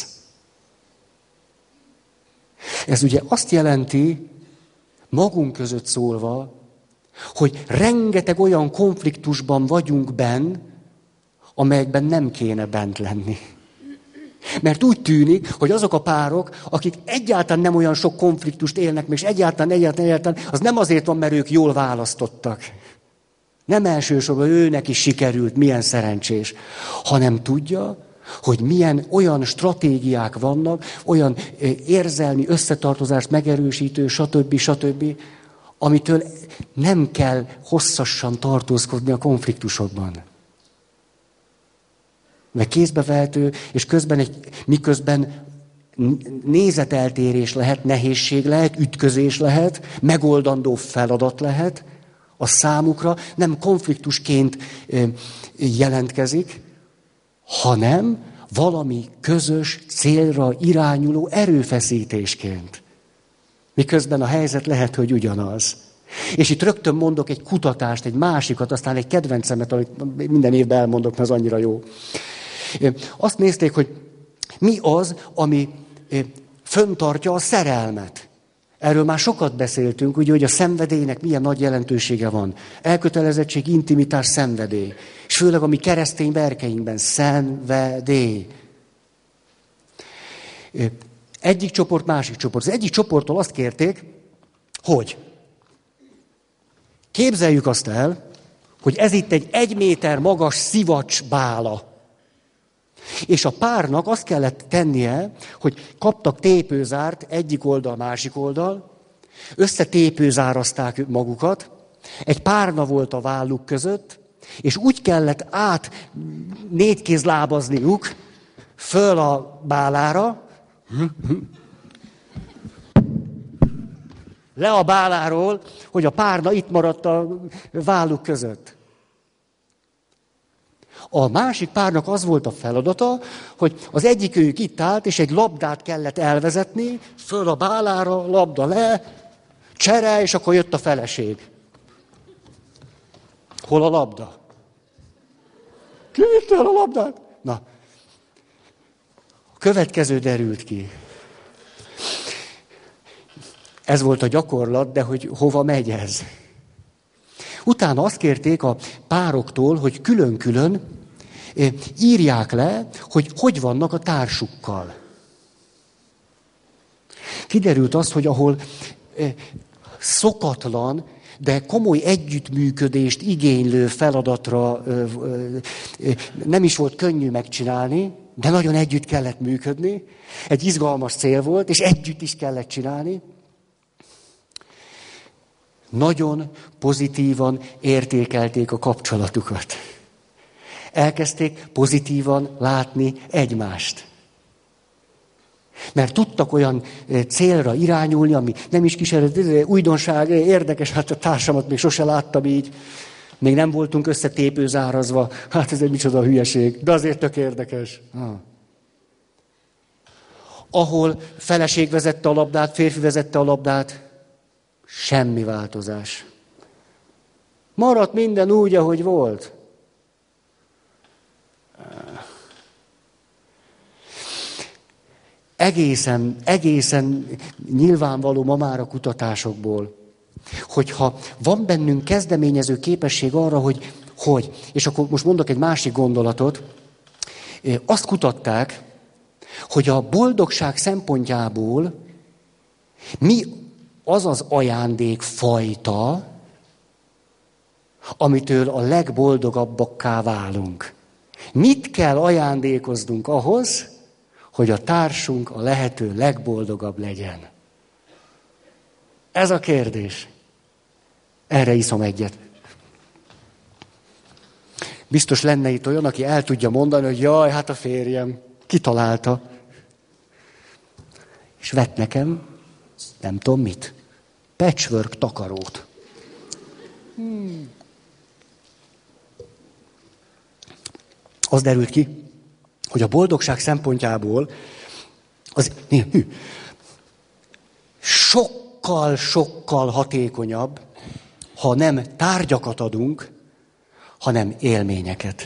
Ez ugye azt jelenti, magunk között szólva, hogy rengeteg olyan konfliktusban vagyunk benn, amelyekben nem kéne bent lenni. Mert úgy tűnik, hogy azok a párok, akik egyáltalán nem olyan sok konfliktust élnek, és egyáltalán, egyáltalán, egyáltalán, az nem azért van, mert ők jól választottak. Nem elsősorban őnek is sikerült, milyen szerencsés, hanem tudja, Hogy milyen olyan stratégiák vannak, olyan érzelmi összetartozást megerősítő, stb. stb., amitől nem kell hosszasan tartózkodni a konfliktusokban. Mert kézbevehető, és közben egy, miközben nézeteltérés lehet, nehézség lehet, ütközés lehet, megoldandó feladat lehet, a számukra nem konfliktusként jelentkezik, hanem valami közös célra irányuló erőfeszítésként. Miközben a helyzet lehet, hogy ugyanaz. És itt rögtön mondok egy kutatást, egy másikat, aztán egy kedvencemet, amit minden évben elmondok, mert az annyira jó. Azt nézték, hogy mi az, ami föntartja a szerelmet. Erről már sokat beszéltünk, ugye, hogy a szenvedélynek milyen nagy jelentősége van. Elkötelezettség, intimitás, szenvedély. És főleg a mi keresztény berkeinkben szenvedély. Egyik csoport, másik csoport. Az egyik csoporttól azt kérték, hogy képzeljük azt el, hogy ez itt egy egy méter magas szivacs bála. És a párnak azt kellett tennie, hogy kaptak tépőzárt egyik oldal, másik oldal, összetépőzározták magukat, egy párna volt a válluk között, és úgy kellett át négykézlábazniuk föl a bálára, le a báláról, hogy a párna itt maradt a válluk között. A másik párnak az volt a feladata, hogy az egyikőjük itt állt, és egy labdát kellett elvezetni, föl a bálára, labda le, csere, és akkor jött a feleség. Hol a labda? Ki vitte el a labdát? Na, a következő derült ki. Ez volt a gyakorlat, de hogy hova megy ez? Utána azt kérték a pároktól, hogy külön-külön írják le, hogy hogy vannak a társukkal. Kiderült az, hogy ahol szokatlan, de komoly együttműködést igénylő feladatra nem is volt könnyű megcsinálni, de nagyon együtt kellett működni. Egy izgalmas cél volt, és együtt is kellett csinálni. Nagyon pozitívan értékelték a kapcsolatukat. Elkezdték pozitívan látni egymást. Mert tudtak olyan célra irányulni, ami nem is kísérlet, újdonság, érdekes, hát a társamat még sose láttam így, még nem voltunk összetépőzárazva, hát ez egy micsoda hülyeség, de azért tök érdekes. Ah. Ahol feleség vezette a labdát, férfi vezette a labdát, semmi változás. Maradt minden úgy, ahogy volt. Egészen, egészen nyilvánvaló ma már a kutatásokból, hogyha van bennünk kezdeményező képesség arra, hogy hogy, és akkor most mondok egy másik gondolatot, azt kutatták, hogy a boldogság szempontjából mi az az ajándékfajta, amitől a legboldogabbakká válunk. Mit kell ajándékoznunk ahhoz, hogy a társunk a lehető legboldogabb legyen? Ez a kérdés. Erre iszom egyet. Biztos lenne itt olyan, aki el tudja mondani, hogy jaj, hát a férjem kitalálta. És vett nekem, nem tudom mit, patchwork takarót. Hmm. Az derült ki, hogy a boldogság szempontjából az hű, sokkal-sokkal hatékonyabb, ha nem tárgyakat adunk, hanem élményeket.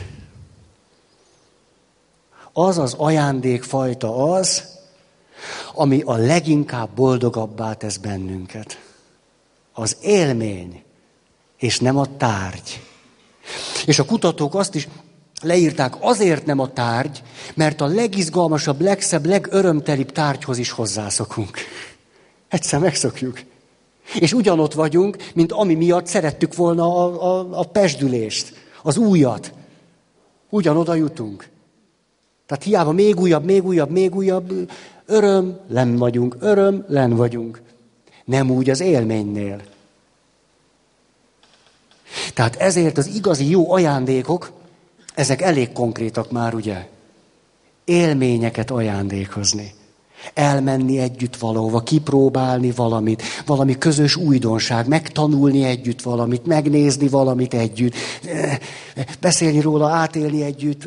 Az az ajándékfajta az, ami a leginkább boldogabbá tesz bennünket. Az élmény, és nem a tárgy. És a kutatók azt is leírták, azért nem a tárgy, mert a legizgalmasabb, legszebb, legörömtelibb tárgyhoz is hozzászokunk. Egyszer megszokjuk. És ugyanott vagyunk, mint ami miatt szerettük volna a, a, a pezsdülést, az újat. Ugyanoda jutunk. Tehát hiába még újabb, még újabb, még újabb, öröm, len vagyunk, öröm, len vagyunk. Nem úgy az élménynél. Tehát ezért az igazi jó ajándékok, ezek elég konkrétak már, ugye? Élményeket ajándékozni. Elmenni együtt valahova, kipróbálni valamit, valami közös újdonság, megtanulni együtt valamit, megnézni valamit együtt, beszélni róla, átélni együtt.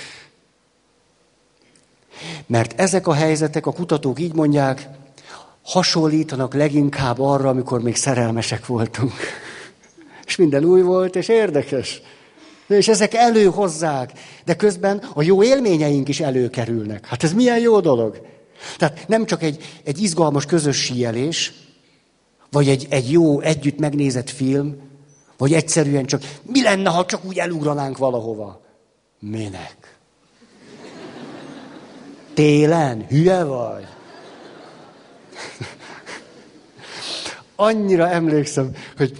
Mert ezek a helyzetek, a kutatók így mondják, hasonlítanak leginkább arra, amikor még szerelmesek voltunk. És minden új volt, és érdekes. És ezek előhozzák, de közben a jó élményeink is előkerülnek. Hát ez milyen jó dolog. Tehát nem csak egy, egy izgalmas közös síelés, vagy egy, egy jó együtt megnézett film, vagy egyszerűen csak, mi lenne, ha csak úgy elugranánk valahova? Minek? Télen? Hülye vagy? Annyira emlékszem, hogy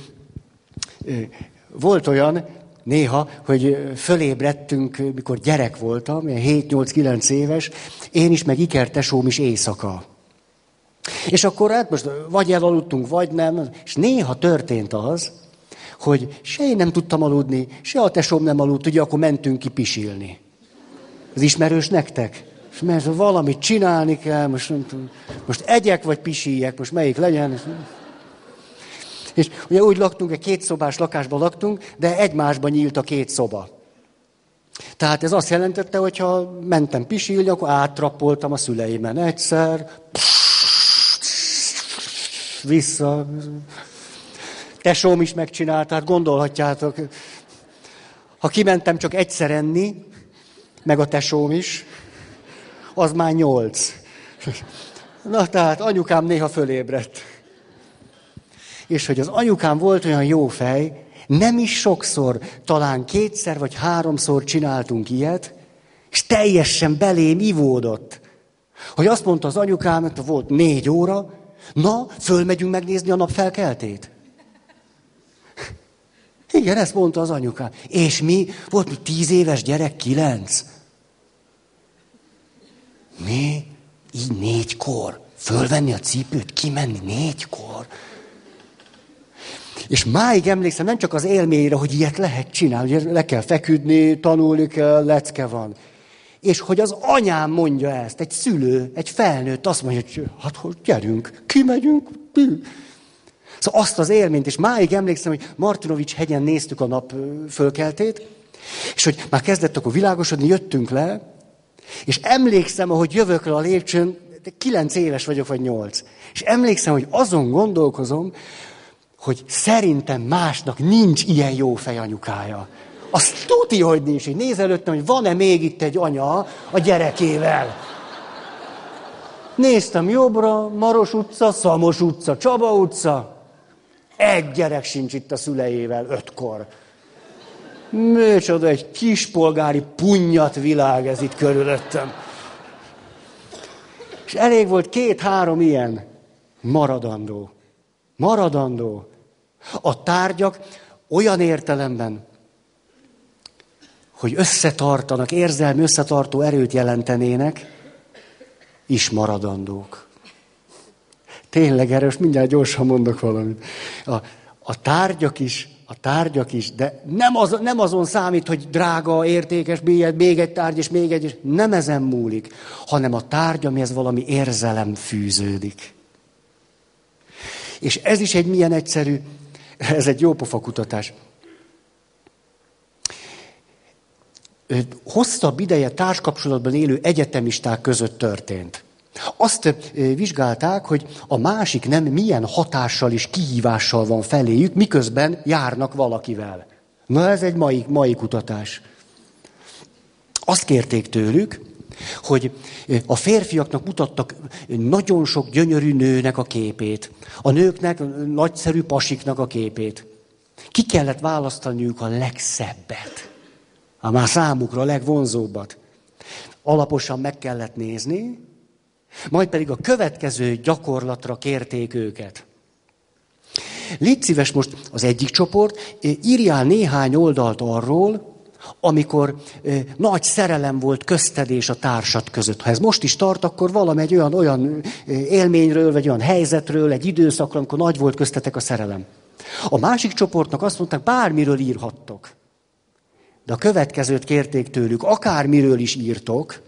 volt olyan néha, hogy fölébredtünk, mikor gyerek voltam, hét-nyolc-kilenc éves, én is, meg Iker tesóm is éjszaka. És akkor hát most vagy elaludtunk, vagy nem, és néha történt az, hogy se én nem tudtam aludni, se a tesóm nem aludt, ugye akkor mentünk ki pisilni. Ez ismerős nektek? És mert valamit csinálni kell, most, most egyek vagy pisiljek, most melyik legyen? És ugye úgy laktunk, egy kétszobás lakásban laktunk, de egymásban nyílt a két szoba. Tehát ez azt jelentette, hogy ha mentem pisilni, akkor áttrappoltam a szüleimen egyszer, vissza. Tesóm is megcsinált, tehát gondolhatjátok. Ha kimentem csak egyszer enni, meg a tesóm is, az már nyolc. Na tehát anyukám néha fölébredt. És hogy az anyukám volt olyan jó fej, nem is sokszor, talán kétszer vagy háromszor csináltunk ilyet, és teljesen belém ivódott. Hogy azt mondta az anyukám, hogy volt négy óra, na, fölmegyünk megnézni a napfelkeltét. Igen, ezt mondta az anyukám. És mi, volt mi tíz éves gyerek, kilenc. Mi? Így négykor. Fölvenni a cipőt, kimenni négykor. És máig emlékszem, nem csak az élményre, hogy ilyet lehet csinálni, hogy le kell feküdni, tanulni kell, lecke van. És hogy az anyám mondja ezt, egy szülő, egy felnőtt, azt mondja, hogy hát hogy gyerünk, kimegyünk. Szóval azt az élményt, és máig emlékszem, hogy Martinovics hegyen néztük a nap fölkeltét, és hogy már kezdett akkor világosodni, jöttünk le, és emlékszem, ahogy jövök le a lépcsőn, kilenc éves vagyok, vagy nyolc. És emlékszem, hogy azon gondolkozom, hogy szerintem másnak nincs ilyen jó fej anyukája. Azt tuti, hogy nincs. Így néz előttem, hogy van-e még itt egy anya a gyerekével. Néztem jobbra, Maros utca, Szamos utca, Csaba utca. Egy gyerek sincs itt a szüleivel, ötkor. Micsoda, egy kispolgári punnyat világ ez itt körülöttem. És elég volt két-három ilyen maradandó. Maradandó. A tárgyak olyan értelemben, hogy összetartanak, érzelmi összetartó erőt jelentenének, is maradandók. Tényleg erős, mindjárt gyorsan mondok valamit. A, a tárgyak is, a tárgyak is, de nem, az, nem azon számít, hogy drága, értékes, még egy tárgy, és még egy, és nem ezen múlik, hanem a tárgy, amihez valami érzelem fűződik. És ez is egy milyen egyszerű, ez egy jó pofa kutatás. Hosszabb ideje társkapcsolatban élő egyetemisták között történt. Azt vizsgálták, hogy a másik nem milyen hatással és kihívással van feléjük, miközben járnak valakivel. Na ez egy mai, mai kutatás. Azt kérték tőlük, hogy a férfiaknak mutattak nagyon sok gyönyörű nőnek a képét, a nőknek nagyszerű pasiknak a képét. Ki kellett választaniuk a legszebbet, a már számukra a legvonzóbbat. Alaposan meg kellett nézni, majd pedig a következő gyakorlatra kérték őket. Légy szíves most az egyik csoport, írjál néhány oldalt arról, amikor ö, nagy szerelem volt közted és a társad között. Ha ez most is tart, akkor valami egy olyan, olyan élményről, vagy olyan helyzetről, egy időszakról, amikor nagy volt köztetek a szerelem. A másik csoportnak azt mondták, bármiről írhattok. De a következőt kérték tőlük, akármiről is írtok,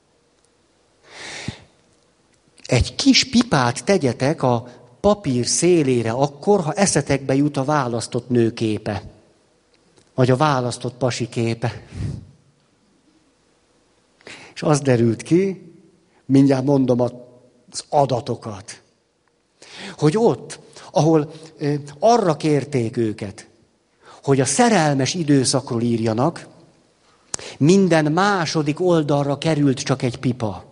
egy kis pipát tegyetek a papír szélére akkor, ha eszetekbe jut a választott nő képe. Vagy a választott pasi képe. És az derült ki, mindjárt mondom az adatokat, hogy ott, ahol eh, arra kérték őket, hogy a szerelmes időszakról írjanak, minden második oldalra került csak egy pipa.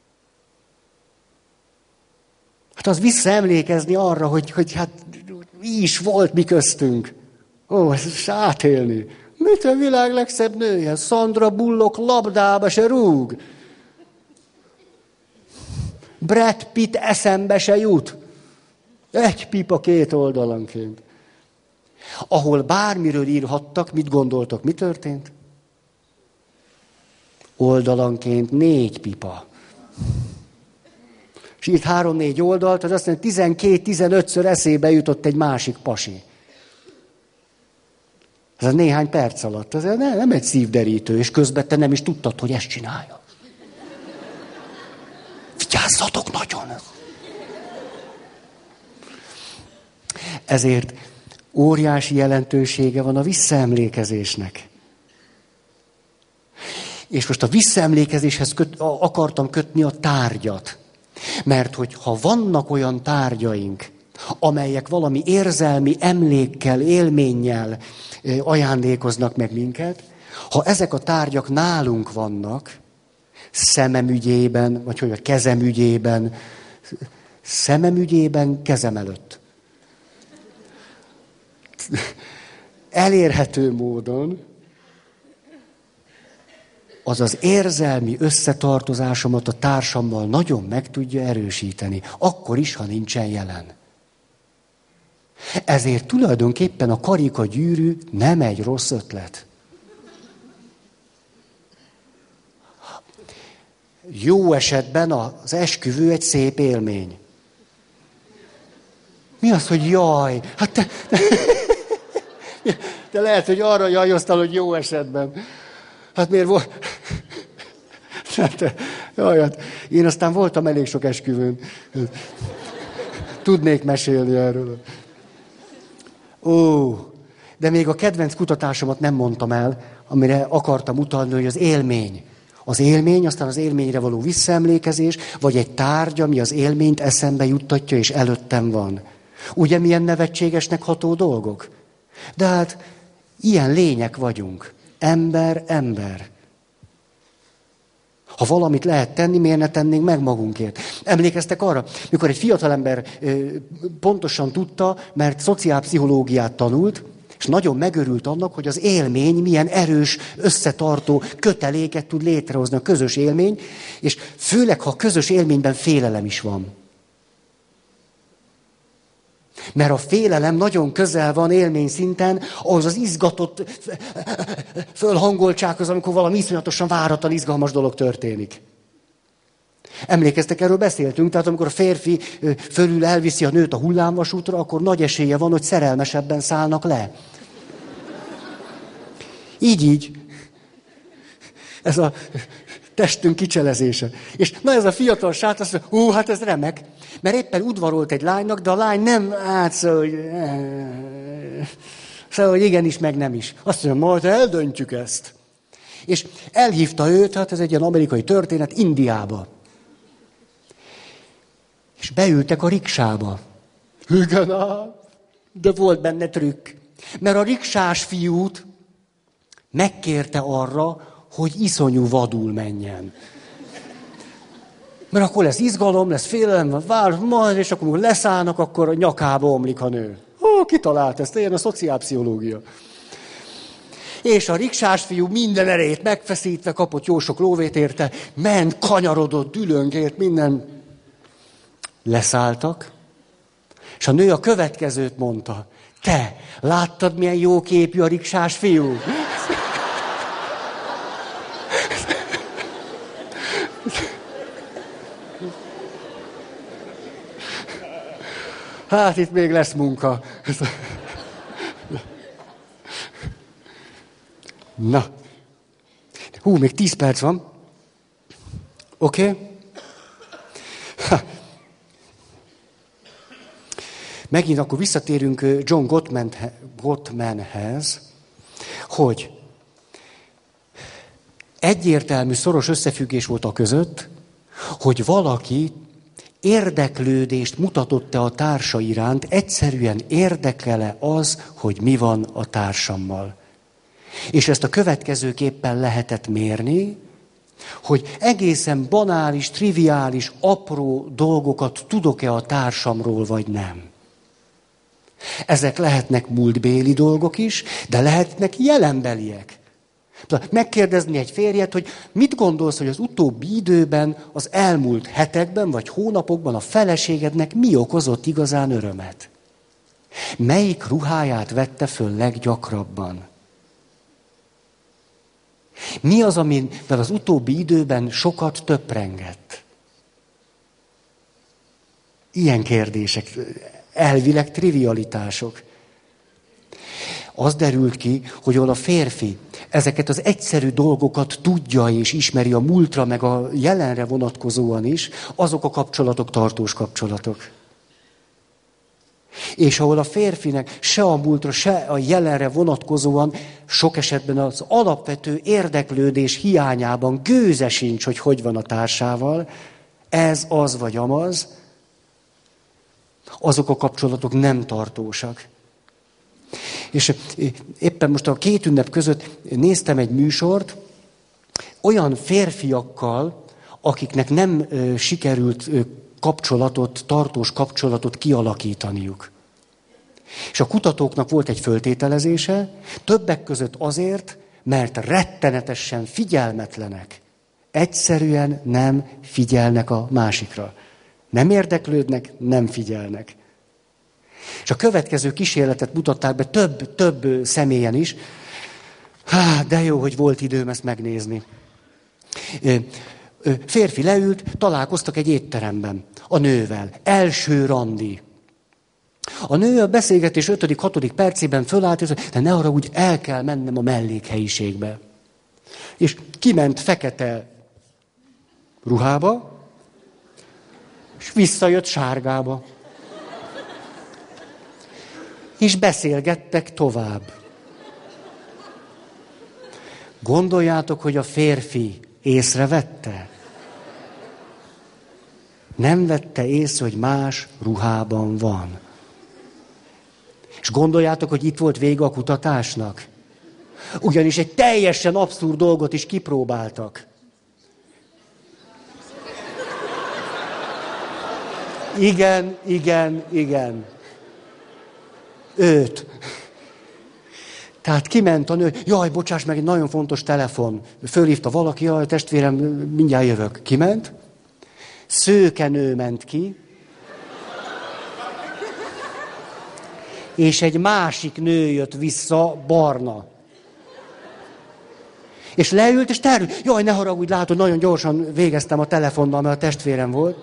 Hát az visszaemlékezni arra, hogy, hogy hát mi is volt mi köztünk. Ó, ezt átélni. Mit a világ legszebb nője? Sandra Bullock labdába se rúg. Brad Pitt eszembe se jut. Egy pipa két oldalanként. Ahol bármiről írhattak, mit gondoltok, mi történt? Oldalanként négy pipa. És írt három-négy oldalt, az azt mondja, tizenkét-tizenötször eszébe jutott egy másik pasi. Ez néhány perc alatt. Ez nem egy szívderítő, és közben te nem is tudtad, hogy ezt csinálja. Vigyázzatok nagyon! Ezért óriási jelentősége van a visszaemlékezésnek. És most a visszaemlékezéshez köt, akartam kötni a tárgyat. Mert hogy ha vannak olyan tárgyaink, amelyek valami érzelmi emlékkel, élménnyel ajándékoznak meg minket, ha ezek a tárgyak nálunk vannak, szemem ügyében, vagy hogy a kezem ügyében, szemem ügyében, kezem előtt. Elérhető módon az az érzelmi összetartozásomat a társammal nagyon meg tudja erősíteni, akkor is, ha nincsen jelen. Ezért tulajdonképpen a karikagyűrű nem egy rossz ötlet. Jó esetben az esküvő egy szép élmény. Mi az, hogy jaj? Hát te, te lehet, hogy arra jajoztál, hogy jó esetben. Hát miért volt? Hát, jaj, hát én aztán voltam elég sok esküvőn. Tudnék mesélni erről. Ó, de még a kedvenc kutatásomat nem mondtam el, amire akartam utalni, hogy az élmény. Az élmény, aztán az élményre való visszaemlékezés, vagy egy tárgy, ami az élményt eszembe juttatja, és előttem van. Ugye milyen nevetségesnek ható dolgok? De hát ilyen lények vagyunk. Ember, ember. Ha valamit lehet tenni, miért ne tennénk meg magunkért? Emlékeztek arra, mikor egy fiatalember pontosan tudta, mert szociálpszichológiát tanult, és nagyon megörült annak, hogy az élmény milyen erős, összetartó köteléket tud létrehozni, a közös élmény, és főleg, ha a közös élményben félelem is van. Mert a félelem nagyon közel van élmény szinten ahhoz az izgatott fölhangoltsághoz, amikor valami iszonyatosan váratlan, izgalmas dolog történik. Emlékeztek, erről beszéltünk, tehát amikor a férfi fölül elviszi a nőt a hullámvasútra, akkor nagy esélye van, hogy szerelmesebben szállnak le. Így, így. Ez a testünk kicselezése. És na ez a fiatal sát, azt mondja, hú, hát ez remek. Mert éppen udvarolt egy lánynak, de a lány nem át, szóval, hogy... Szóval, hogy igenis, meg nem is. Azt mondja, majd eldöntjük ezt. És elhívta őt, hát ez egy ilyen amerikai történet, Indiába. És beültek a riksába. Igen, de volt benne trükk. Mert a riksás fiút megkérte arra, hogy iszonyú vadul menjen. Mert akkor lesz izgalom, lesz félelem, vár, majd, és akkor leszállnak, akkor a nyakába omlik a nő. Ó, ki talált ezt? Ilyen a szociálpszichológia. És a riksás fiú minden erejét megfeszítve, kapott jó sok lóvét érte, ment, kanyarodott, dülöngért, minden. Leszálltak, és a nő a következőt mondta. Te, láttad, milyen jó képű a riksás fiú? Hát itt még lesz munka. Na. Hú, még tíz perc van. Oké? Okay? Megint akkor visszatérünk John Gottmanhez, hogy egyértelmű, szoros összefüggés volt a között, hogy valaki érdeklődést mutatott-e a társa iránt, egyszerűen érdekele az, hogy mi van a társammal. És ezt a következőképpen lehetett mérni, hogy egészen banális, triviális, apró dolgokat tudok-e a társamról, vagy nem. Ezek lehetnek múltbéli dolgok is, de lehetnek jelenbeliek. Megkérdezni egy férjet, hogy mit gondolsz, hogy az utóbbi időben, az elmúlt hetekben vagy hónapokban a feleségednek mi okozott igazán örömet? Melyik ruháját vette föl leggyakrabban? Mi az, amivel az utóbbi időben sokat töprengett? Ilyen kérdések, elvileg trivialitások. Az derült ki, hogy ahol a férfi ezeket az egyszerű dolgokat tudja és ismeri a múltra, meg a jelenre vonatkozóan is, azok a kapcsolatok tartós kapcsolatok. És ahol a férfinek se a múltra, se a jelenre vonatkozóan sok esetben az alapvető érdeklődés hiányában gőze sincs, hogy hogy van a társával, ez, az vagy amaz, azok a kapcsolatok nem tartósak. És éppen most a két ünnep között néztem egy műsort, olyan férfiakkal, akiknek nem sikerült kapcsolatot, tartós kapcsolatot kialakítaniuk. És a kutatóknak volt egy föltételezése, többek között azért, mert rettenetesen figyelmetlenek. Egyszerűen nem figyelnek a másikra. Nem érdeklődnek, nem figyelnek. És a következő kísérletet mutatták be több, több személyen is. Há, de jó, hogy volt időm ezt megnézni. Férfi leült, találkoztak egy étteremben a nővel. Első randi. A nő a beszélgetés ötödik, hatodik percében fölállt, és mondta, de ne arra úgy el kell mennem a mellékhelyiségbe. És kiment fekete ruhába, és visszajött sárgába. És beszélgettek tovább. Gondoljátok, hogy a férfi észrevette? Nem vette észre, hogy más ruhában van. És gondoljátok, hogy itt volt vége a kutatásnak? Ugyanis egy teljesen abszurd dolgot is kipróbáltak. Igen, igen, igen. Őt. Tehát kiment a nő, jaj, bocsáss meg, egy nagyon fontos telefon. Fölhívta valaki, jaj, testvérem, mindjárt jövök. Kiment. Szőkenő ment ki. És egy másik nő jött vissza, barna. És leült, és terült. Jaj, ne haragudj, látod, nagyon gyorsan végeztem a telefonnal, mert a testvérem volt.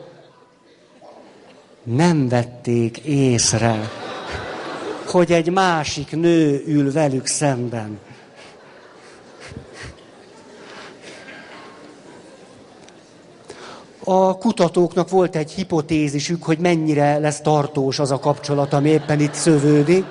Nem vették észre, hogy egy másik nő ül velük szemben. A kutatóknak volt egy hipotézisük, hogy mennyire lesz tartós az a kapcsolat, ami éppen itt szövődik.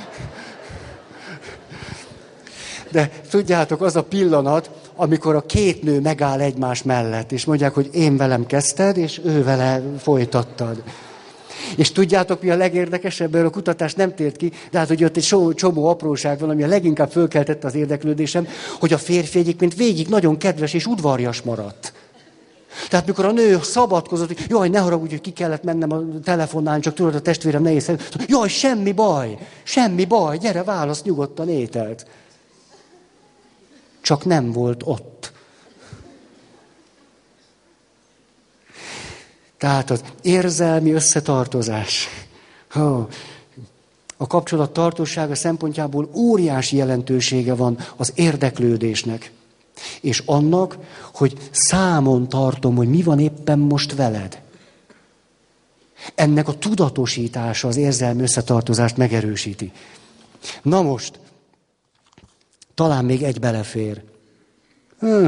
De tudjátok, az a pillanat, amikor a két nő megáll egymás mellett, és mondják, hogy én velem kezdted, és ő vele folytattad. És tudjátok, mi a legérdekesebb, a kutatás nem tért ki, de hát, hogy ott egy csomó apróság van, ami a leginkább fölkeltette az érdeklődésem, hogy a férfi egyébként végig nagyon kedves és udvarjas maradt. Tehát mikor a nő szabadkozott, hogy jaj, ne haragudj, hogy ki kellett mennem a telefonnál, csak tudod, a testvérem nehéz. Jaj, semmi baj, semmi baj, gyere, válasz nyugodtan ételt. Csak nem volt ott. Tehát az érzelmi összetartozás. A kapcsolat tartósága szempontjából óriási jelentősége van az érdeklődésnek. És annak, hogy számon tartom, hogy mi van éppen most veled. Ennek a tudatosítása az érzelmi összetartozást megerősíti. Na most, talán még egy belefér. Hm.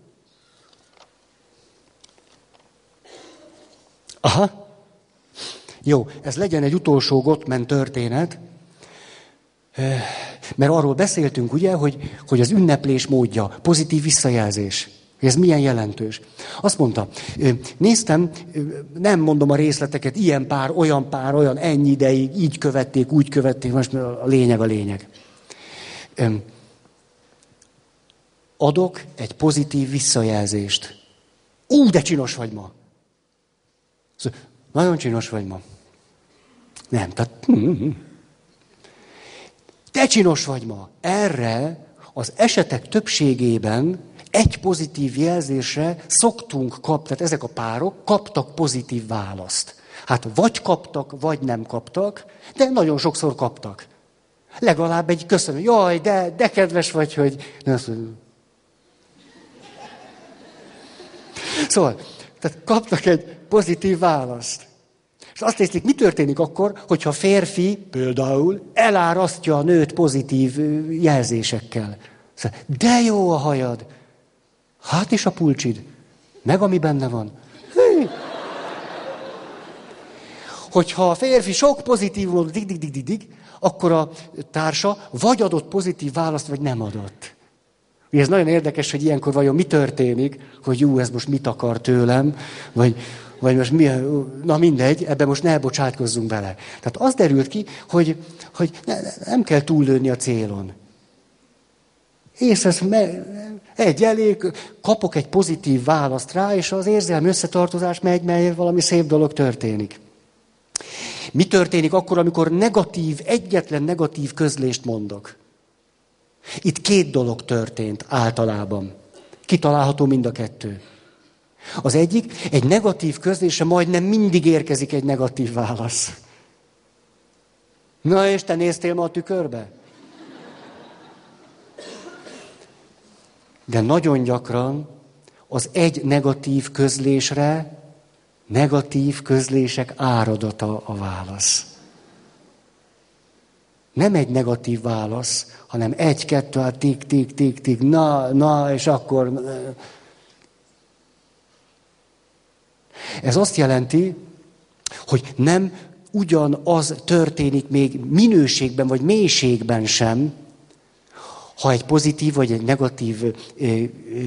Aha. Jó, ez legyen egy utolsó Gottman történet, mert arról beszéltünk, ugye, hogy, hogy az ünneplés módja, pozitív visszajelzés. Ez milyen jelentős. Azt mondta, néztem, nem mondom a részleteket, ilyen pár, olyan pár, olyan ennyi ideig, így követték, úgy követték, most a lényeg a lényeg. Adok egy pozitív visszajelzést. Ú, de csinos vagy ma. Szóval, nagyon csinos vagy ma. Nem, tehát... Te csinos vagy ma. Erre az esetek többségében egy pozitív jelzésre szoktunk kapni, tehát ezek a párok kaptak pozitív választ. Hát vagy kaptak, vagy nem kaptak, de nagyon sokszor kaptak. Legalább egy köszönöm, jaj, de, de kedves vagy, hogy... Szóval, tehát kaptak egy pozitív választ. És azt nézték, mi történik akkor, hogyha a férfi például elárasztja a nőt pozitív jelzésekkel. Szóval, de jó a hajad. Hát is a pulcsid. Meg ami benne van. Hű. Hogyha a férfi sok pozitív volt, dig, dig, dig, dig, dig, akkor a társa vagy adott pozitív választ, vagy nem adott. Ez nagyon érdekes, hogy ilyenkor vajon mi történik, hogy jó, ez most mit akar tőlem, vagy, vagy most mi, na mindegy, ebben most ne bocsátkozzunk bele. Tehát az derült ki, hogy, hogy ne, nem kell túllőni a célon. És ez me, egy elég, kapok egy pozitív választ rá, és az érzelmi összetartozás megy, mely valami szép dolog történik. Mi történik akkor, amikor negatív, egyetlen negatív közlést mondok? Itt két dolog történt általában. Kitalálható mind a kettő. Az egyik, egy negatív közlésre majdnem mindig érkezik egy negatív válasz. Na és te néztél ma a tükörbe? De nagyon gyakran az egy negatív közlésre negatív közlések áradata a válasz. Nem egy negatív válasz, hanem egy, kettő, hát tik, tik, tik, tik, na, na, és akkor... Ez azt jelenti, hogy nem ugyanaz történik még minőségben, vagy mélységben sem, ha egy pozitív, vagy egy negatív ö, ö,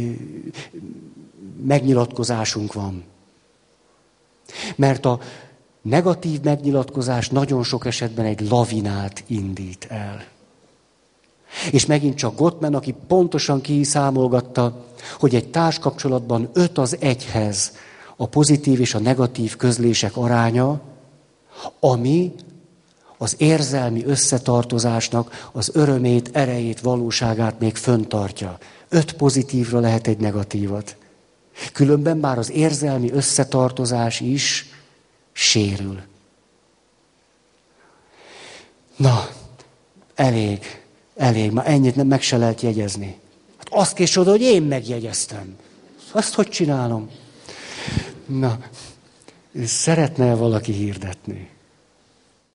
megnyilatkozásunk van. Mert a negatív megnyilatkozás nagyon sok esetben egy lavinát indít el. És megint csak Gottman, aki pontosan kiszámolgatta, hogy egy társkapcsolatban öt az egyhez a pozitív és a negatív közlések aránya, ami az érzelmi összetartozásnak az örömét, erejét, valóságát még föntartja. Öt pozitívra lehet egy negatívat. Különben már az érzelmi összetartozás is sérül. Na, elég, elég, már ennyit nem meg se lehet jegyezni. Hát azt kész oda, hogy én megjegyeztem. Azt hogy csinálom? Na, szeretne valaki hirdetni?